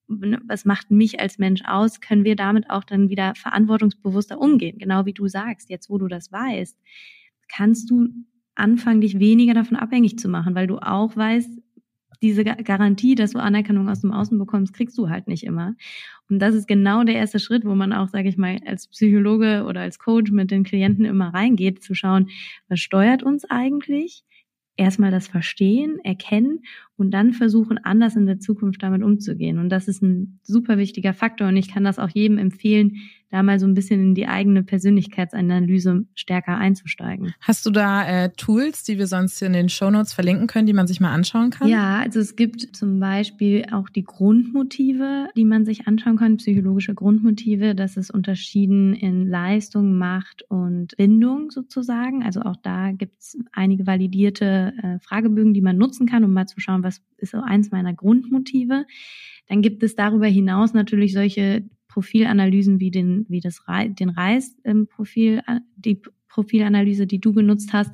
was macht mich als Mensch aus, können wir damit auch dann wieder verantwortungsbewusster umgehen. Genau wie du sagst, jetzt wo du das weißt, kannst du anfangen, dich weniger davon abhängig zu machen, weil du auch weißt, diese Garantie, dass du Anerkennung aus dem Außen bekommst, kriegst du halt nicht immer. Und das ist genau der erste Schritt, wo man auch, sage ich mal, als Psychologe oder als Coach mit den Klienten immer reingeht, zu schauen, was steuert uns eigentlich? Erstmal das Verstehen, Erkennen und dann versuchen, anders in der Zukunft damit umzugehen. Und das ist ein super wichtiger Faktor. Und ich kann das auch jedem empfehlen, da mal so ein bisschen in die eigene Persönlichkeitsanalyse stärker einzusteigen. Hast du da äh, Tools, die wir sonst in den Shownotes verlinken können, die man sich mal anschauen kann? Ja, also es gibt zum Beispiel auch die Grundmotive, die man sich anschauen kann, psychologische Grundmotive. Das ist unterschieden in Leistung, Macht und Bindung sozusagen. Also auch da gibt es einige validierte äh, Fragebögen, die man nutzen kann, um mal zu schauen, was ist so eins meiner Grundmotive. Dann gibt es darüber hinaus natürlich solche Profilanalysen wie den wie das den Reis-Profil, die Profilanalyse, die du genutzt hast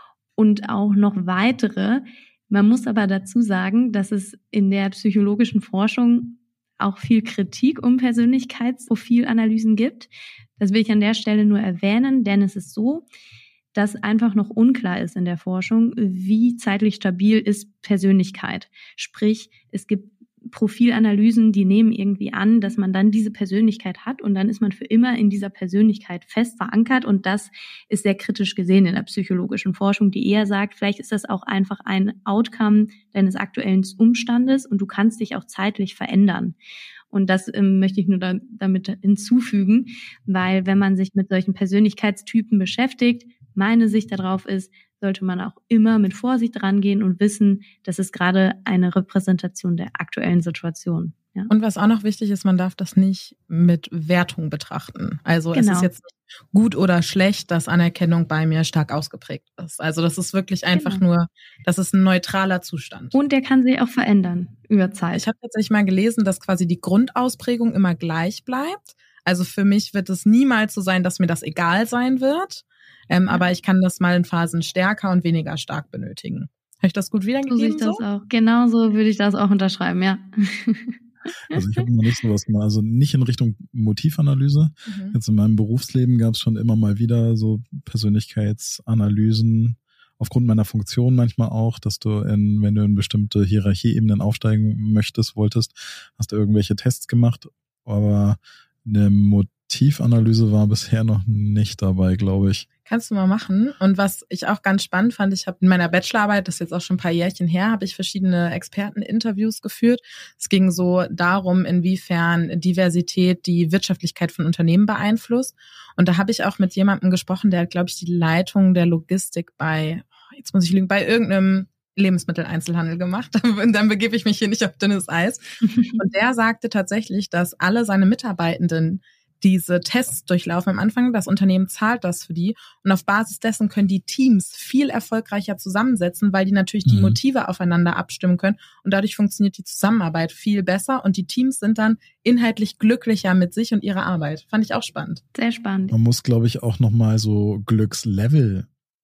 und auch noch weitere. Man muss aber dazu sagen, dass es in der psychologischen Forschung auch viel Kritik um Persönlichkeitsprofilanalysen gibt. Das will ich an der Stelle nur erwähnen, denn es ist so, dass einfach noch unklar ist in der Forschung, wie zeitlich stabil ist Persönlichkeit. Sprich, es gibt Profilanalysen, die nehmen irgendwie an, dass man dann diese Persönlichkeit hat und dann ist man für immer in dieser Persönlichkeit fest verankert und das ist sehr kritisch gesehen in der psychologischen Forschung, die eher sagt, vielleicht ist das auch einfach ein Outcome deines aktuellen Umstandes und du kannst dich auch zeitlich verändern. Und das ähm, möchte ich nur da, damit hinzufügen, weil wenn man sich mit solchen Persönlichkeitstypen beschäftigt, meine Sicht darauf ist, sollte man auch immer mit Vorsicht rangehen und wissen, das ist gerade eine Repräsentation der aktuellen Situation. Ja. Und was auch noch wichtig ist, man darf das nicht mit Wertung betrachten. Also genau. Es ist jetzt nicht gut oder schlecht, dass Anerkennung bei mir stark ausgeprägt ist. Also das ist wirklich einfach genau. nur, das ist ein neutraler Zustand. Und der kann sich auch verändern über Zeit. Ich habe tatsächlich mal gelesen, dass quasi die Grundausprägung immer gleich bleibt. Also für mich wird es niemals so sein, dass mir das egal sein wird. Ähm, ja. Aber ich kann das mal in Phasen stärker und weniger stark benötigen. Habe ich das gut wiedergegeben? So sehe ich das so? auch. Genau so würde ich das auch unterschreiben, ja. Also ich habe noch nicht sowas gemacht, also nicht in Richtung Motivanalyse. Mhm. Jetzt in meinem Berufsleben gab es schon immer mal wieder so Persönlichkeitsanalysen, aufgrund meiner Funktion manchmal auch, dass du, in, wenn du in bestimmte Hierarchieebenen aufsteigen möchtest, wolltest, hast du irgendwelche Tests gemacht, aber eine Motivanalyse war bisher noch nicht dabei, glaube ich. Kannst du mal machen. Und was ich auch ganz spannend fand, ich habe in meiner Bachelorarbeit, das ist jetzt auch schon ein paar Jährchen her, habe ich verschiedene Experteninterviews geführt. Es ging so darum, inwiefern Diversität die Wirtschaftlichkeit von Unternehmen beeinflusst. Und da habe ich auch mit jemandem gesprochen, der hat, glaube ich, die Leitung der Logistik bei, jetzt muss ich lügen, bei irgendeinem Lebensmitteleinzelhandel gemacht. Und dann begebe ich mich hier nicht auf dünnes Eis. Und der sagte tatsächlich, dass alle seine Mitarbeitenden diese Tests durchlaufen am Anfang. Das Unternehmen zahlt das für die. Und auf Basis dessen können die Teams viel erfolgreicher zusammensetzen, weil die natürlich die Motive aufeinander abstimmen können. Und dadurch funktioniert die Zusammenarbeit viel besser. Und die Teams sind dann inhaltlich glücklicher mit sich und ihrer Arbeit. Fand ich auch spannend. Sehr spannend. Man muss, glaube ich, auch nochmal so Glückslevel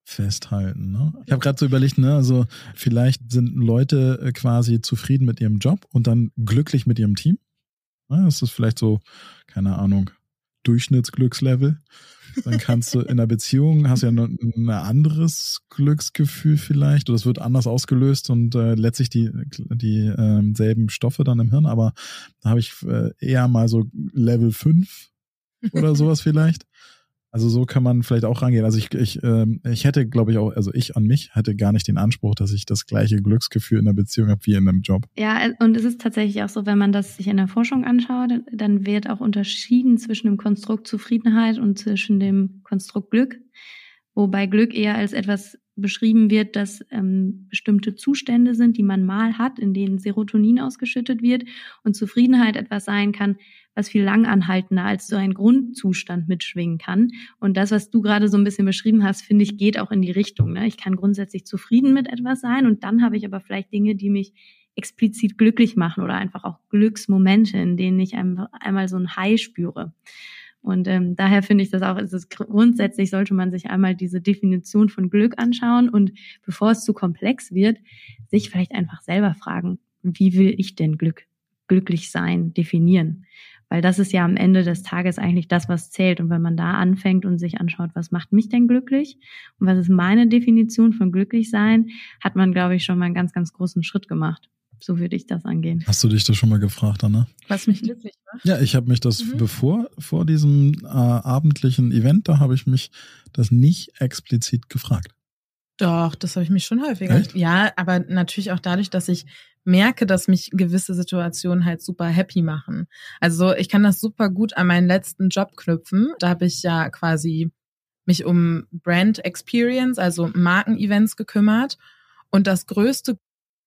festhalten. Ne? Ich habe gerade so überlegt, ne, also vielleicht sind Leute quasi zufrieden mit ihrem Job und dann glücklich mit ihrem Team. Ne, das ist vielleicht so, keine Ahnung, Durchschnittsglückslevel. Dann kannst du in einer Beziehung, hast ja ein, ein anderes Glücksgefühl vielleicht, oder es wird anders ausgelöst und äh, letztlich die, die äh, selben Stoffe dann im Hirn, aber da habe ich äh, eher mal so Level fünf oder sowas vielleicht. Also so kann man vielleicht auch rangehen. Also ich, ich, ähm, ich hätte, glaube ich auch, also ich an mich hätte gar nicht den Anspruch, dass ich das gleiche Glücksgefühl in der Beziehung habe wie in einem Job. Ja, und es ist tatsächlich auch so, wenn man das sich in der Forschung anschaut, dann wird auch unterschieden zwischen dem Konstrukt Zufriedenheit und zwischen dem Konstrukt Glück, wobei Glück eher als etwas beschrieben wird, dass ähm, bestimmte Zustände sind, die man mal hat, in denen Serotonin ausgeschüttet wird, und Zufriedenheit etwas sein kann, was viel langanhaltender als so ein Grundzustand mitschwingen kann. Und das, was du gerade so ein bisschen beschrieben hast, finde ich, geht auch in die Richtung. Ne? Ich kann grundsätzlich zufrieden mit etwas sein und dann habe ich aber vielleicht Dinge, die mich explizit glücklich machen oder einfach auch Glücksmomente, in denen ich einfach einmal so ein High spüre. Und ähm, daher finde ich das auch, ist es grundsätzlich sollte man sich einmal diese Definition von Glück anschauen und bevor es zu komplex wird, sich vielleicht einfach selber fragen, wie will ich denn Glück, glücklich sein, definieren? Weil das ist ja am Ende des Tages eigentlich das, was zählt. Und wenn man da anfängt und sich anschaut, was macht mich denn glücklich und was ist meine Definition von glücklich sein, hat man, glaube ich, schon mal einen ganz, ganz großen Schritt gemacht. So würde ich das angehen. Hast du dich das schon mal gefragt, Anna? Was mich glücklich macht? Ja, ich habe mich das, mhm. bevor vor diesem äh, abendlichen Event, da habe ich mich das nicht explizit gefragt. Doch, das habe ich mich schon häufiger. Echt? Ja, aber natürlich auch dadurch, dass ich merke, dass mich gewisse Situationen halt super happy machen. Also ich kann das super gut an meinen letzten Job knüpfen. Da habe ich ja quasi mich um Brand Experience, also Markenevents gekümmert. Und das größte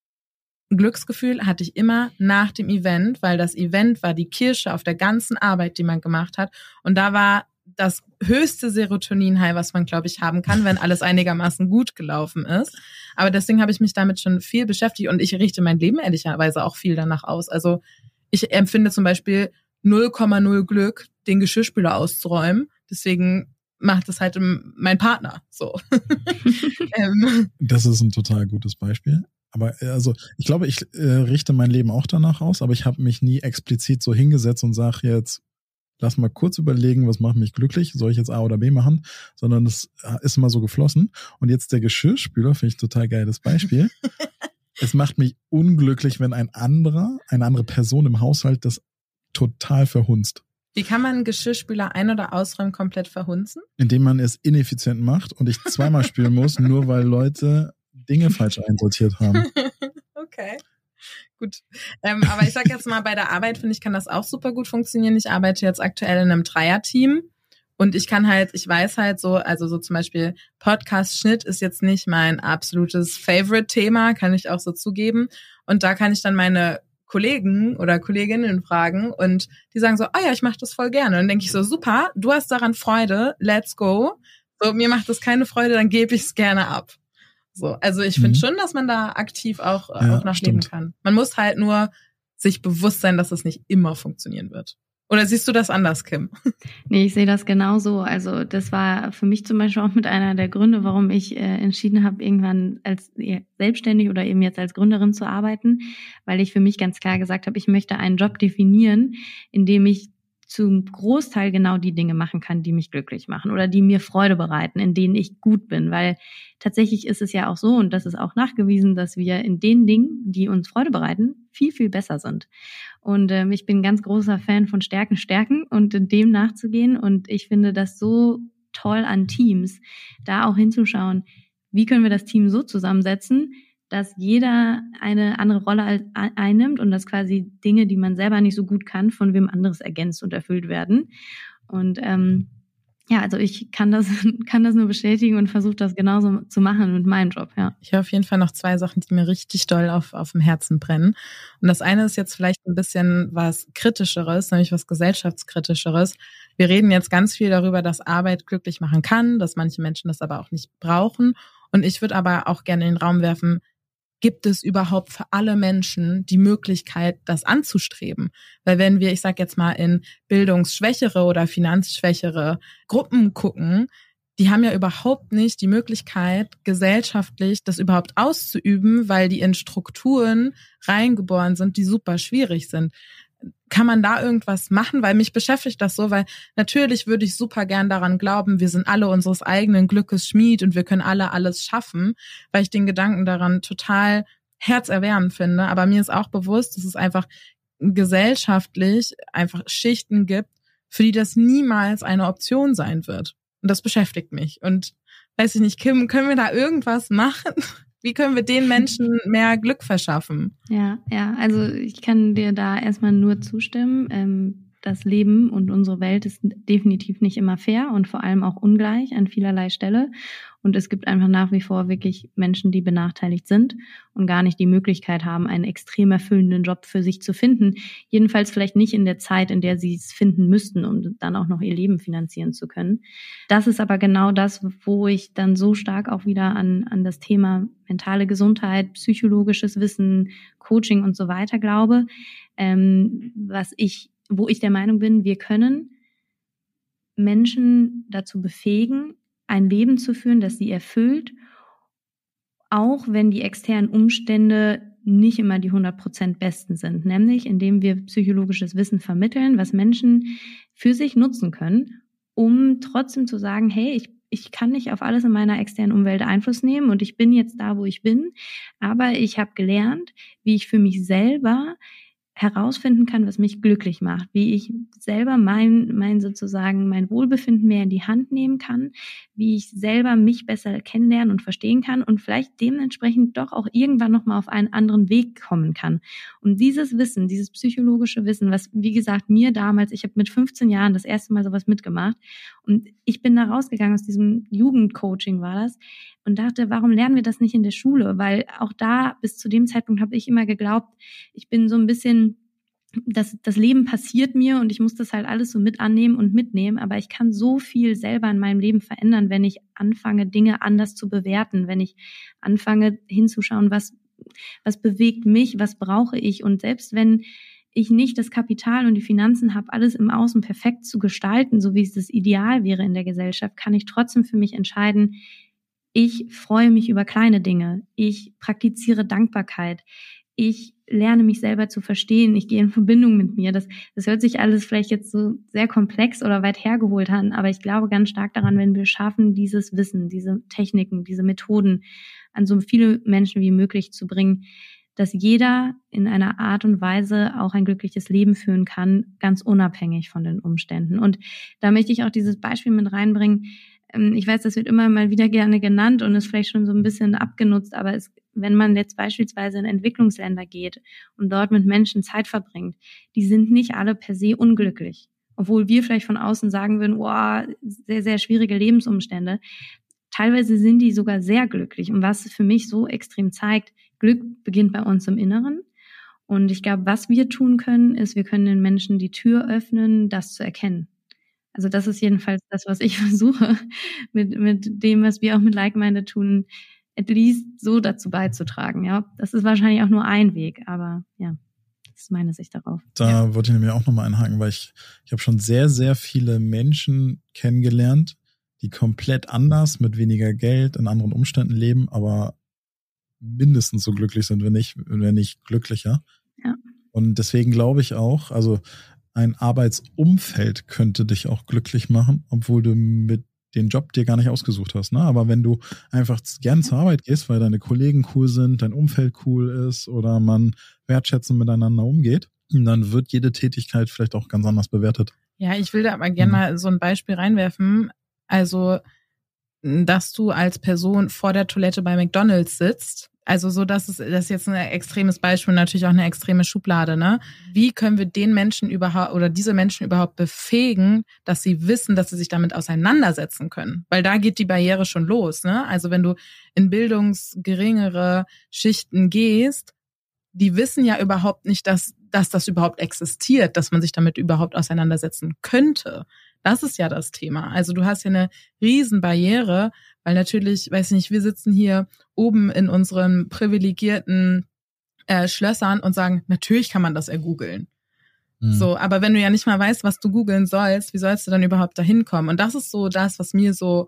Glücksgefühl hatte ich immer nach dem Event, weil das Event war die Kirsche auf der ganzen Arbeit, die man gemacht hat. Und da war das höchste Serotonin-High, was man, glaube ich, haben kann, wenn alles einigermaßen gut gelaufen ist. Aber deswegen habe ich mich damit schon viel beschäftigt und ich richte mein Leben ehrlicherweise auch viel danach aus. Also ich empfinde zum Beispiel null Komma null Glück, den Geschirrspüler auszuräumen. Deswegen macht es halt mein Partner so. ähm. Das ist ein total gutes Beispiel. Aber also ich glaube, ich äh, richte mein Leben auch danach aus, aber ich habe mich nie explizit so hingesetzt und sage jetzt, lass mal kurz überlegen, was macht mich glücklich, soll ich jetzt A oder B machen, sondern es ist immer so geflossen. Und jetzt der Geschirrspüler, finde ich total geiles Beispiel. Es macht mich unglücklich, wenn ein anderer, eine andere Person im Haushalt das total verhunzt. Wie kann man einen Geschirrspüler ein- oder ausräumen komplett verhunzen? Indem man es ineffizient macht und ich zweimal spülen muss, nur weil Leute Dinge falsch einsortiert haben. Okay, gut. Ähm, aber ich sag jetzt mal, bei der Arbeit, finde ich, kann das auch super gut funktionieren. Ich arbeite jetzt aktuell in einem Dreier-Team und ich kann halt, ich weiß halt so, also so zum Beispiel Podcast-Schnitt ist jetzt nicht mein absolutes Favorite-Thema, kann ich auch so zugeben. Und da kann ich dann meine Kollegen oder Kolleginnen fragen und die sagen so, ah ja, ich mache das voll gerne. Und dann denke ich so, super, du hast daran Freude, let's go. So, mir macht das keine Freude, dann gebe ich es gerne ab. So, also ich finde mhm. schon, dass man da aktiv auch, ja, auch nachleben stimmt. kann. Man muss halt nur sich bewusst sein, dass es nicht immer funktionieren wird. Oder siehst du das anders, Kim? Nee, ich sehe das genauso. Also das war für mich zum Beispiel auch mit einer der Gründe, warum ich äh, entschieden habe, irgendwann als ja, selbstständig oder eben jetzt als Gründerin zu arbeiten, weil ich für mich ganz klar gesagt habe, ich möchte einen Job definieren, in dem ich zum Großteil genau die Dinge machen kann, die mich glücklich machen oder die mir Freude bereiten, in denen ich gut bin, weil tatsächlich ist es ja auch so und das ist auch nachgewiesen, dass wir in den Dingen, die uns Freude bereiten, viel, viel besser sind. Und ähm, ich bin ein ganz großer Fan von Stärken, Stärken und dem nachzugehen und ich finde das so toll an Teams, da auch hinzuschauen, wie können wir das Team so zusammensetzen, dass jeder eine andere Rolle einnimmt und dass quasi Dinge, die man selber nicht so gut kann, von wem anderes ergänzt und erfüllt werden. Und ähm, ja, also ich kann das kann das nur bestätigen und versuche das genauso zu machen mit meinem Job, ja. Ich habe auf jeden Fall noch zwei Sachen, die mir richtig doll auf auf dem Herzen brennen. Und das eine ist jetzt vielleicht ein bisschen was Kritischeres, nämlich was Gesellschaftskritischeres. Wir reden jetzt ganz viel darüber, dass Arbeit glücklich machen kann, dass manche Menschen das aber auch nicht brauchen. Und ich würde aber auch gerne in den Raum werfen, gibt es überhaupt für alle Menschen die Möglichkeit, das anzustreben? Weil wenn wir, ich sag jetzt mal, in bildungsschwächere oder finanzschwächere Gruppen gucken, die haben ja überhaupt nicht die Möglichkeit, gesellschaftlich das überhaupt auszuüben, weil die in Strukturen reingeboren sind, die super schwierig sind. Kann man da irgendwas machen? Weil mich beschäftigt das so, weil natürlich würde ich super gern daran glauben, wir sind alle unseres eigenen Glückes Schmied und wir können alle alles schaffen, weil ich den Gedanken daran total herzerwärmend finde. Aber mir ist auch bewusst, dass es einfach gesellschaftlich einfach Schichten gibt, für die das niemals eine Option sein wird. Und das beschäftigt mich. Und weiß ich nicht, Kim, können wir da irgendwas machen? Wie können wir den Menschen mehr Glück verschaffen? Ja, ja, also ich kann dir da erstmal nur zustimmen. Ähm, das Leben und unsere Welt ist definitiv nicht immer fair und vor allem auch ungleich an vielerlei Stelle. Und es gibt einfach nach wie vor wirklich Menschen, die benachteiligt sind und gar nicht die Möglichkeit haben, einen extrem erfüllenden Job für sich zu finden. Jedenfalls vielleicht nicht in der Zeit, in der sie es finden müssten, um dann auch noch ihr Leben finanzieren zu können. Das ist aber genau das, wo ich dann so stark auch wieder an, an das Thema mentale Gesundheit, psychologisches Wissen, Coaching und so weiter glaube, ähm, was ich, wo ich der Meinung bin, wir können Menschen dazu befähigen, ein Leben zu führen, das sie erfüllt, auch wenn die externen Umstände nicht immer die hundert Prozent besten sind. Nämlich, indem wir psychologisches Wissen vermitteln, was Menschen für sich nutzen können, um trotzdem zu sagen, hey, ich, ich kann nicht auf alles in meiner externen Umwelt Einfluss nehmen und ich bin jetzt da, wo ich bin, aber ich habe gelernt, wie ich für mich selber herausfinden kann, was mich glücklich macht, wie ich selber mein, mein sozusagen mein Wohlbefinden mehr in die Hand nehmen kann, wie ich selber mich besser kennenlernen und verstehen kann und vielleicht dementsprechend doch auch irgendwann nochmal auf einen anderen Weg kommen kann. Und dieses Wissen, dieses psychologische Wissen, was, wie gesagt, mir damals, ich habe mit fünfzehn Jahren das erste Mal sowas mitgemacht und ich bin da rausgegangen aus diesem Jugendcoaching war das und dachte, warum lernen wir das nicht in der Schule? Weil auch da, bis zu dem Zeitpunkt habe ich immer geglaubt, ich bin so ein bisschen, das, das Leben passiert mir und ich muss das halt alles so mit annehmen und mitnehmen, aber ich kann so viel selber in meinem Leben verändern, wenn ich anfange, Dinge anders zu bewerten, wenn ich anfange hinzuschauen, was, was bewegt mich, was brauche ich und selbst wenn ich nicht das Kapital und die Finanzen habe, alles im Außen perfekt zu gestalten, so wie es das Ideal wäre in der Gesellschaft, kann ich trotzdem für mich entscheiden, ich freue mich über kleine Dinge, ich praktiziere Dankbarkeit, ich lerne mich selber zu verstehen, ich gehe in Verbindung mit mir. Das, das hört sich alles vielleicht jetzt so sehr komplex oder weit hergeholt an, aber ich glaube ganz stark daran, wenn wir schaffen, dieses Wissen, diese Techniken, diese Methoden an so viele Menschen wie möglich zu bringen, dass jeder in einer Art und Weise auch ein glückliches Leben führen kann, ganz unabhängig von den Umständen. Und da möchte ich auch dieses Beispiel mit reinbringen. Ich weiß, das wird immer mal wieder gerne genannt und ist vielleicht schon so ein bisschen abgenutzt, aber es, wenn man jetzt beispielsweise in Entwicklungsländer geht und dort mit Menschen Zeit verbringt, die sind nicht alle per se unglücklich. Obwohl wir vielleicht von außen sagen würden, wow, sehr, sehr schwierige Lebensumstände. Teilweise sind die sogar sehr glücklich. Und was für mich so extrem zeigt, Glück beginnt bei uns im Inneren. Und ich glaube, was wir tun können, ist, wir können den Menschen die Tür öffnen, das zu erkennen. Also das ist jedenfalls das, was ich versuche, mit mit dem, was wir auch mit Like-Minded tun, at least so dazu beizutragen. Ja, das ist wahrscheinlich auch nur ein Weg, aber ja, das ist meine Sicht darauf. Da ja. wollte ich nämlich auch nochmal einhaken, weil ich ich habe schon sehr, sehr viele Menschen kennengelernt, die komplett anders, mit weniger Geld, in anderen Umständen leben, aber mindestens so glücklich sind, wenn nicht, wenn nicht glücklicher. Ja. Und deswegen glaube ich auch, also ein Arbeitsumfeld könnte dich auch glücklich machen, obwohl du mit den Job dir gar nicht ausgesucht hast. Ne? Aber wenn du einfach gern zur Arbeit gehst, weil deine Kollegen cool sind, dein Umfeld cool ist oder man wertschätzend miteinander umgeht, dann wird jede Tätigkeit vielleicht auch ganz anders bewertet. Ja, ich will da aber gerne mal so ein Beispiel reinwerfen. Also, dass du als Person vor der Toilette bei McDonald's sitzt. Also so, dass es, das ist jetzt ein extremes Beispiel, natürlich auch eine extreme Schublade, ne? Wie können wir den Menschen überhaupt oder diese Menschen überhaupt befähigen, dass sie wissen, dass sie sich damit auseinandersetzen können? Weil da geht die Barriere schon los, ne? Also wenn du in bildungsgeringere Schichten gehst, die wissen ja überhaupt nicht, dass, dass das überhaupt existiert, dass man sich damit überhaupt auseinandersetzen könnte. Das ist ja das Thema. Also du hast ja eine Riesenbarriere, weil natürlich, weiß ich nicht, wir sitzen hier oben in unseren privilegierten äh, Schlössern und sagen, natürlich kann man das ergoogeln. Mhm. So, aber wenn du ja nicht mal weißt, was du googeln sollst, wie sollst du dann überhaupt dahin kommen? Und das ist so das, was mir so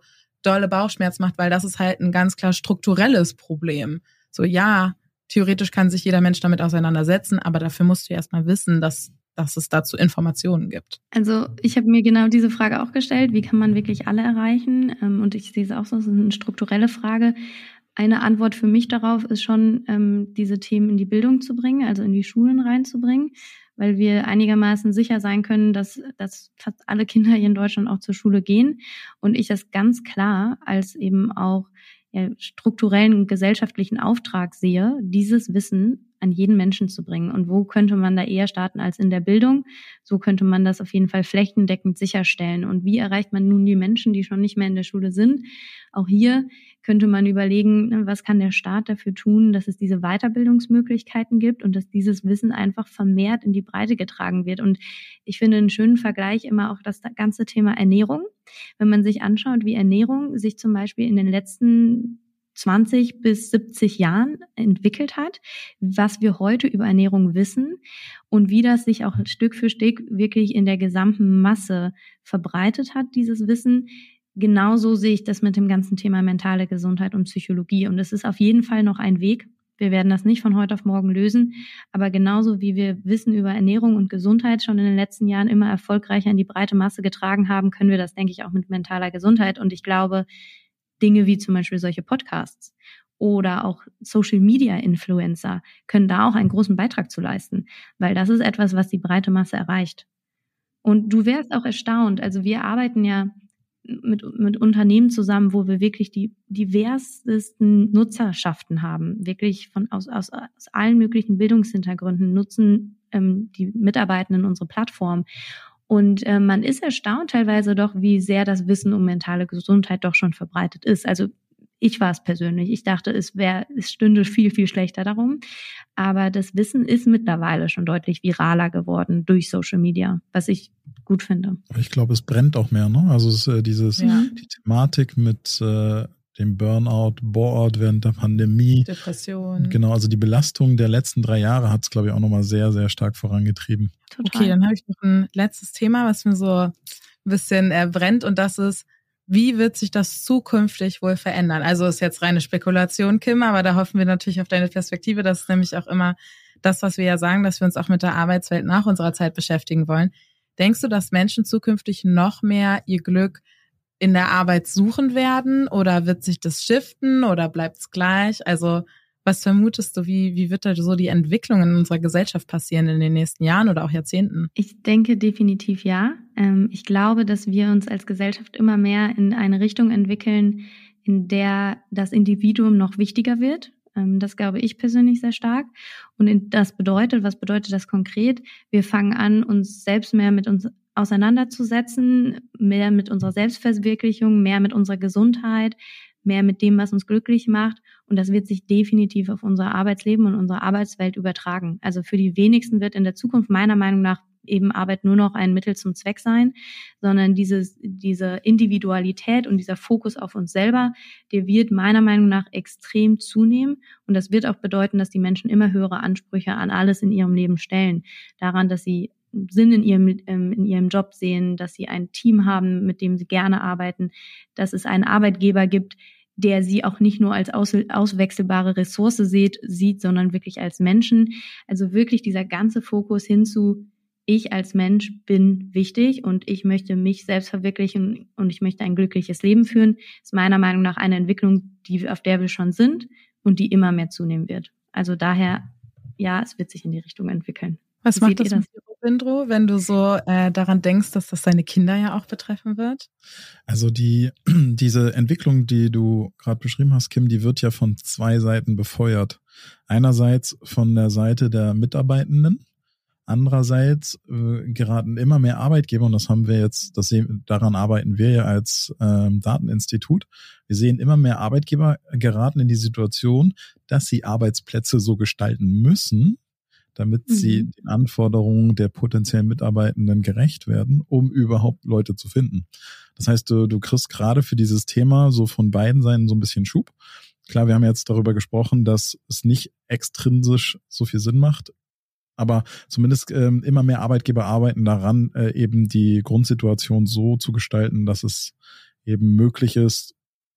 dolle Bauchschmerz macht, weil das ist halt ein ganz klar strukturelles Problem. So, ja, theoretisch kann sich jeder Mensch damit auseinandersetzen, aber dafür musst du erstmal wissen, dass, dass es dazu Informationen gibt. Also ich habe mir genau diese Frage auch gestellt, wie kann man wirklich alle erreichen? Und ich sehe es auch so, es ist eine strukturelle Frage. Eine Antwort für mich darauf ist schon, ähm, diese Themen in die Bildung zu bringen, also in die Schulen reinzubringen, weil wir einigermaßen sicher sein können, dass, dass fast alle Kinder hier in Deutschland auch zur Schule gehen. Und ich das ganz klar als eben auch ja, strukturellen und gesellschaftlichen Auftrag sehe, dieses Wissen an jeden Menschen zu bringen. Und wo könnte man da eher starten als in der Bildung? So könnte man das auf jeden Fall flächendeckend sicherstellen. Und wie erreicht man nun die Menschen, die schon nicht mehr in der Schule sind? Auch hier könnte man überlegen, was kann der Staat dafür tun, dass es diese Weiterbildungsmöglichkeiten gibt und dass dieses Wissen einfach vermehrt in die Breite getragen wird. Und ich finde einen schönen Vergleich immer auch das ganze Thema Ernährung. Wenn man sich anschaut, wie Ernährung sich zum Beispiel in den letzten zwanzig bis siebzig Jahren entwickelt hat, was wir heute über Ernährung wissen und wie das sich auch Stück für Stück wirklich in der gesamten Masse verbreitet hat, dieses Wissen. Genauso sehe ich das mit dem ganzen Thema mentale Gesundheit und Psychologie. Und es ist auf jeden Fall noch ein Weg. Wir werden das nicht von heute auf morgen lösen. Aber genauso wie wir Wissen über Ernährung und Gesundheit schon in den letzten Jahren immer erfolgreicher in die breite Masse getragen haben, können wir das, denke ich, auch mit mentaler Gesundheit. Und ich glaube, Dinge wie zum Beispiel solche Podcasts oder auch Social-Media-Influencer können da auch einen großen Beitrag zu leisten, weil das ist etwas, was die breite Masse erreicht. Und du wärst auch erstaunt, also wir arbeiten ja mit, mit Unternehmen zusammen, wo wir wirklich die diversesten Nutzerschaften haben, wirklich von aus, aus, aus allen möglichen Bildungshintergründen nutzen ähm, die Mitarbeitenden unsere Plattform. Und äh, man ist erstaunt teilweise doch, wie sehr das Wissen um mentale Gesundheit doch schon verbreitet ist. Also ich war es persönlich. Ich dachte, es wäre, es stünde viel, viel schlechter darum. Aber das Wissen ist mittlerweile schon deutlich viraler geworden durch Social Media, was ich gut finde. Ich glaube, es brennt auch mehr, ne? Also es ist äh, dieses, ja. die Thematik mit äh, dem Burnout, Bore-out während der Pandemie. Depression. Genau, also die Belastung der letzten drei Jahre hat es, glaube ich, auch nochmal sehr, sehr stark vorangetrieben. Total. Okay, dann habe ich noch ein letztes Thema, was mir so ein bisschen äh, brennt, und das ist, wie wird sich das zukünftig wohl verändern? Also ist jetzt reine Spekulation, Kim, aber da hoffen wir natürlich auf deine Perspektive. Das ist nämlich auch immer das, was wir ja sagen, dass wir uns auch mit der Arbeitswelt nach unserer Zeit beschäftigen wollen. Denkst du, dass Menschen zukünftig noch mehr ihr Glück in der Arbeit suchen werden, oder wird sich das shiften oder bleibt es gleich? Also was vermutest du, wie, wie wird da so die Entwicklung in unserer Gesellschaft passieren in den nächsten Jahren oder auch Jahrzehnten? Ich denke definitiv ja. Ich glaube, dass wir uns als Gesellschaft immer mehr in eine Richtung entwickeln, in der das Individuum noch wichtiger wird. Das glaube ich persönlich sehr stark. Und das bedeutet, was bedeutet das konkret? Wir fangen an, uns selbst mehr mit uns auseinanderzusetzen, mehr mit unserer Selbstverwirklichung, mehr mit unserer Gesundheit, mehr mit dem, was uns glücklich macht. Und das wird sich definitiv auf unser Arbeitsleben und unsere Arbeitswelt übertragen. Also für die wenigsten wird in der Zukunft meiner Meinung nach eben Arbeit nur noch ein Mittel zum Zweck sein, sondern dieses, diese Individualität und dieser Fokus auf uns selber, der wird meiner Meinung nach extrem zunehmen. Und das wird auch bedeuten, dass die Menschen immer höhere Ansprüche an alles in ihrem Leben stellen. Daran, dass sie Sinn in ihrem, ähm, in ihrem Job sehen, dass sie ein Team haben, mit dem sie gerne arbeiten, dass es einen Arbeitgeber gibt, der sie auch nicht nur als aus, auswechselbare Ressource sieht, sieht, sondern wirklich als Menschen. Also wirklich dieser ganze Fokus hinzu, ich als Mensch bin wichtig und ich möchte mich selbst verwirklichen und ich möchte ein glückliches Leben führen, ist meiner Meinung nach eine Entwicklung, die, auf der wir schon sind und die immer mehr zunehmen wird. Also daher, ja, es wird sich in die Richtung entwickeln. Was macht das mit dir, Robindro, wenn du so äh, daran denkst, dass das deine Kinder ja auch betreffen wird? Also die diese Entwicklung, die du gerade beschrieben hast, Kim, die wird ja von zwei Seiten befeuert. Einerseits von der Seite der Mitarbeitenden, andererseits äh, geraten immer mehr Arbeitgeber, und das haben wir jetzt, das sehen, daran arbeiten wir ja als ähm, Dateninstitut. Wir sehen immer mehr Arbeitgeber geraten in die Situation, dass sie Arbeitsplätze so gestalten müssen, damit mhm. sie den Anforderungen der potenziellen Mitarbeitenden gerecht werden, um überhaupt Leute zu finden. Das heißt, du, du kriegst gerade für dieses Thema so von beiden Seiten so ein bisschen Schub. Klar, wir haben jetzt darüber gesprochen, dass es nicht extrinsisch so viel Sinn macht, aber zumindest ähm, immer mehr Arbeitgeber arbeiten daran, äh, eben die Grundsituation so zu gestalten, dass es eben möglich ist,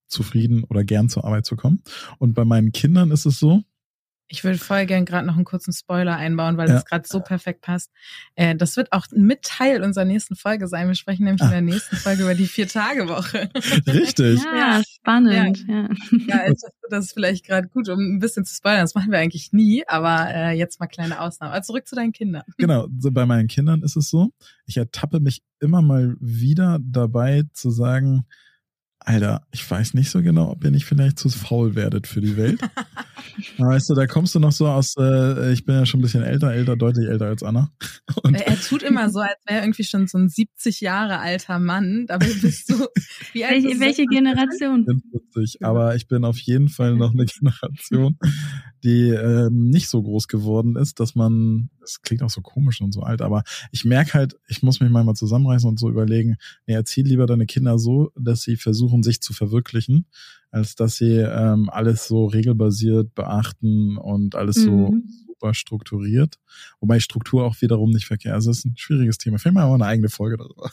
zufrieden oder gern zur Arbeit zu kommen. Und bei meinen Kindern ist es so, ich würde voll gern gerade noch einen kurzen Spoiler einbauen, weil ja. das gerade so perfekt passt. Äh, das wird auch mit Teil unserer nächsten Folge sein. Wir sprechen nämlich ah. in der nächsten Folge über die Vier-Tage-Woche. Richtig. Ja, spannend. Ja, ja. ja das ist vielleicht gerade gut, um ein bisschen zu spoilern. Das machen wir eigentlich nie, aber äh, jetzt mal kleine Ausnahmen. Also zurück zu deinen Kindern. Genau, so bei meinen Kindern ist es so, ich ertappe mich immer mal wieder dabei zu sagen, Alter, ich weiß nicht so genau, ob ihr nicht vielleicht zu faul werdet für die Welt. Weißt du, da kommst du noch so aus, äh, ich bin ja schon ein bisschen älter, älter, deutlich älter als Anna. Und er tut immer so, als wäre er irgendwie schon so ein siebzig Jahre alter Mann. Dabei bist du, wie alt Welche, welche Generation? vierundvierzig, aber ich bin auf jeden Fall noch eine Generation, die ähm, nicht so groß geworden ist, dass man, das klingt auch so komisch und so alt, aber ich merke halt, ich muss mich manchmal zusammenreißen und so überlegen, nee, erzieh lieber deine Kinder so, dass sie versuchen, sich zu verwirklichen, als dass sie ähm, alles so regelbasiert beachten und alles so mhm. super strukturiert. Wobei Struktur auch wiederum nicht verkehrt. Also es ist ein schwieriges Thema. Vielleicht mal eine eigene Folge darüber.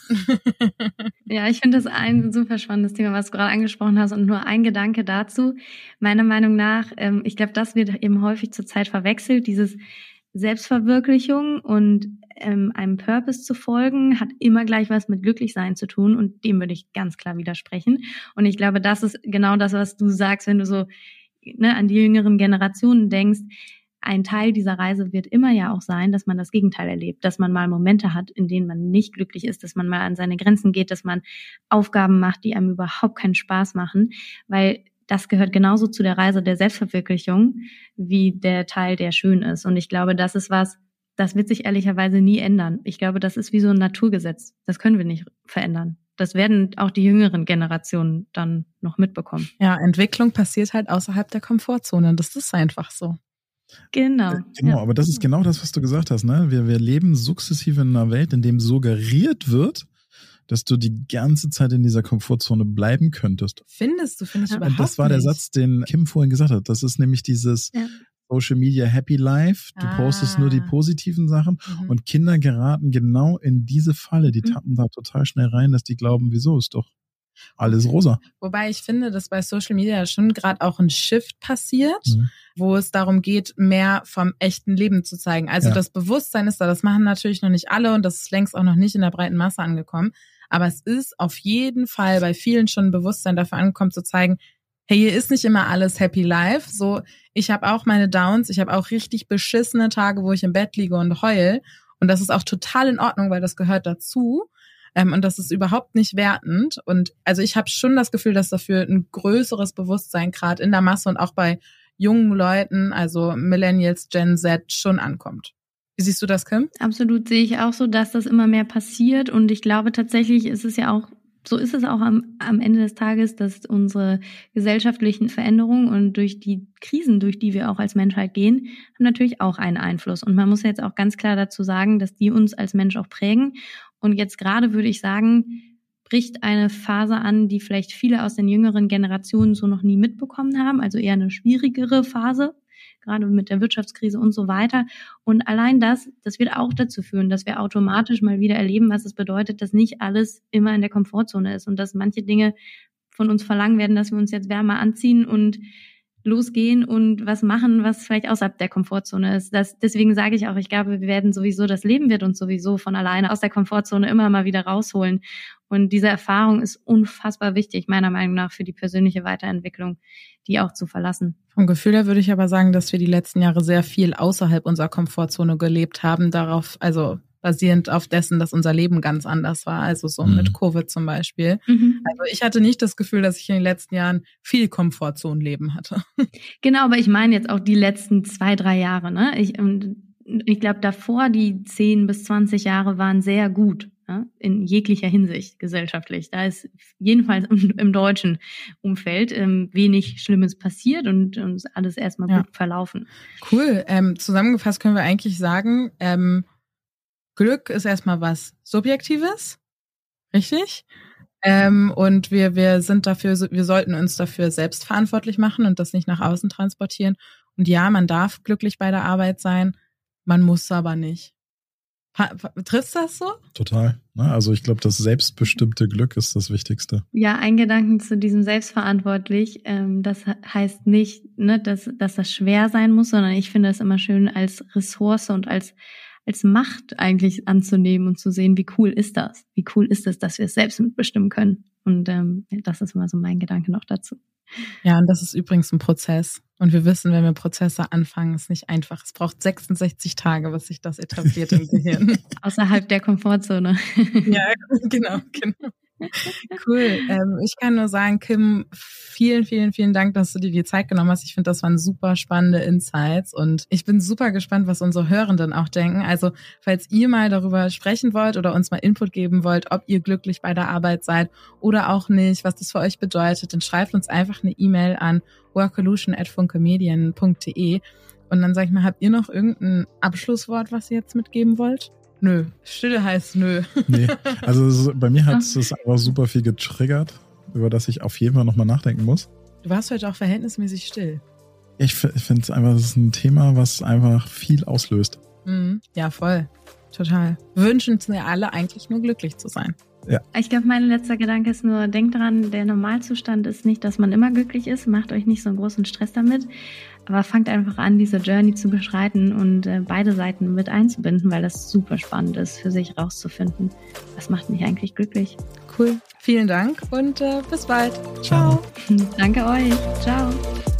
Ja, ich finde das ein super spannendes Thema, was du gerade angesprochen hast. Und nur ein Gedanke dazu. Meiner Meinung nach, ähm, ich glaube, das wird eben häufig zurzeit verwechselt, dieses Selbstverwirklichung und ähm, einem Purpose zu folgen, hat immer gleich was mit Glücklichsein zu tun und dem würde ich ganz klar widersprechen. Und ich glaube, das ist genau das, was du sagst, wenn du so ne, an die jüngeren Generationen denkst. Ein Teil dieser Reise wird immer ja auch sein, dass man das Gegenteil erlebt, dass man mal Momente hat, in denen man nicht glücklich ist, dass man mal an seine Grenzen geht, dass man Aufgaben macht, die einem überhaupt keinen Spaß machen, weil das gehört genauso zu der Reise der Selbstverwirklichung wie der Teil, der schön ist. Und ich glaube, das ist was, das wird sich ehrlicherweise nie ändern. Ich glaube, das ist wie so ein Naturgesetz. Das können wir nicht verändern. Das werden auch die jüngeren Generationen dann noch mitbekommen. Ja, Entwicklung passiert halt außerhalb der Komfortzone. Das ist einfach so. Genau. Äh, genau, ja. Aber das ist genau das, was du gesagt hast, ne? Wir, wir leben sukzessive in einer Welt, in dem suggeriert wird, dass du die ganze Zeit in dieser Komfortzone bleiben könntest. Findest du, finde ich ja, überhaupt nicht. Das war der Satz, den Kim vorhin gesagt hat. Das ist nämlich dieses ja. Social Media Happy Life. Du ah. postest nur die positiven Sachen mhm. und Kinder geraten genau in diese Falle. Die tappen mhm. da total schnell rein, dass die glauben, wieso ist doch alles rosa. Wobei ich finde, dass bei Social Media schon gerade auch ein Shift passiert, mhm. wo es darum geht, mehr vom echten Leben zu zeigen. Also ja. das Bewusstsein ist da, das machen natürlich noch nicht alle und das ist längst auch noch nicht in der breiten Masse angekommen. Aber es ist auf jeden Fall bei vielen schon ein Bewusstsein dafür angekommen, zu zeigen, hey, hier ist nicht immer alles Happy Life. So, ich habe auch meine Downs, ich habe auch richtig beschissene Tage, wo ich im Bett liege und heul. Und das ist auch total in Ordnung, weil das gehört dazu. Ähm, und das ist überhaupt nicht wertend. Und also ich habe schon das Gefühl, dass dafür ein größeres Bewusstsein gerade in der Masse und auch bei jungen Leuten, also Millennials, Gen Z, schon ankommt. Wie siehst du das, Kim? Absolut, sehe ich auch so, dass das immer mehr passiert. Und ich glaube tatsächlich ist es ja auch, so ist es auch am, am Ende des Tages, dass unsere gesellschaftlichen Veränderungen und durch die Krisen, durch die wir auch als Menschheit gehen, haben natürlich auch einen Einfluss. Und man muss jetzt auch ganz klar dazu sagen, dass die uns als Mensch auch prägen. Und jetzt gerade würde ich sagen, bricht eine Phase an, die vielleicht viele aus den jüngeren Generationen so noch nie mitbekommen haben, also eher eine schwierigere Phase, gerade mit der Wirtschaftskrise und so weiter. Und allein das, das wird auch dazu führen, dass wir automatisch mal wieder erleben, was es bedeutet, dass nicht alles immer in der Komfortzone ist und dass manche Dinge von uns verlangen werden, dass wir uns jetzt wärmer anziehen und losgehen und was machen, was vielleicht außerhalb der Komfortzone ist. Das, deswegen sage ich auch, ich glaube, wir werden sowieso, das Leben wird uns sowieso von alleine aus der Komfortzone immer mal wieder rausholen. Und diese Erfahrung ist unfassbar wichtig, meiner Meinung nach, für die persönliche Weiterentwicklung, die auch zu verlassen. Vom Gefühl her würde ich aber sagen, dass wir die letzten Jahre sehr viel außerhalb unserer Komfortzone gelebt haben, darauf, also basierend auf dessen, dass unser Leben ganz anders war, also so mhm. mit Covid zum Beispiel. Mhm. Also ich hatte nicht das Gefühl, dass ich in den letzten Jahren viel Komfortzonenleben hatte. Genau, aber ich meine jetzt auch die letzten zwei, drei Jahre, ne? Ich, ich glaube, davor die zehn bis zwanzig Jahre waren sehr gut, ja? In jeglicher Hinsicht gesellschaftlich. Da ist jedenfalls im, im deutschen Umfeld ähm, wenig Schlimmes passiert und uns alles erstmal ja. gut verlaufen. Cool. Ähm, zusammengefasst können wir eigentlich sagen, ähm, Glück ist erstmal was Subjektives, richtig? Ähm, und wir wir sind dafür, wir sollten uns dafür selbst verantwortlich machen und das nicht nach außen transportieren. Und ja, man darf glücklich bei der Arbeit sein, man muss aber nicht. Triffst du das so? Total. Also ich glaube, das selbstbestimmte Glück ist das Wichtigste. Ja, ein Gedanken zu diesem selbstverantwortlich. Ähm, das heißt nicht, ne, dass, dass das schwer sein muss, sondern ich finde es immer schön als Ressource und als als Macht eigentlich anzunehmen und zu sehen, wie cool ist das? Wie cool ist es, dass wir es selbst mitbestimmen können? Und ähm, das ist immer so mein Gedanke noch dazu. Ja, und das ist übrigens ein Prozess. Und wir wissen, wenn wir Prozesse anfangen, ist nicht einfach. Es braucht sechsundsechzig Tage, bis sich das etabliert im Gehirn. Außerhalb der Komfortzone. Ja, genau, genau. Cool. Ähm, ich kann nur sagen, Kim, vielen, vielen, vielen Dank, dass du dir die Zeit genommen hast. Ich finde, das waren super spannende Insights und ich bin super gespannt, was unsere Hörenden auch denken. Also, falls ihr mal darüber sprechen wollt oder uns mal Input geben wollt, ob ihr glücklich bei der Arbeit seid oder auch nicht, was das für euch bedeutet, dann schreibt uns einfach eine E-Mail an workolution at funkemedien punkt de und dann sag ich mal, habt ihr noch irgendein Abschlusswort, was ihr jetzt mitgeben wollt? Nö. Stille heißt nö. Nee, also bei mir hat es einfach super viel getriggert, über das ich auf jeden Fall nochmal nachdenken muss. Du warst heute auch verhältnismäßig still. Ich finde es einfach, das ist ein Thema, was einfach viel auslöst. Mhm. Ja, voll. Total. Wir wünschen uns ja alle eigentlich nur glücklich zu sein. Ja. Ich glaube, mein letzter Gedanke ist nur, denkt dran, der Normalzustand ist nicht, dass man immer glücklich ist. Macht euch nicht so einen großen Stress damit. Aber fangt einfach an, diese Journey zu beschreiten und äh, beide Seiten mit einzubinden, weil das super spannend ist, für sich rauszufinden. Was macht mich eigentlich glücklich? Cool. Vielen Dank und äh, bis bald. Ciao. Danke euch. Ciao.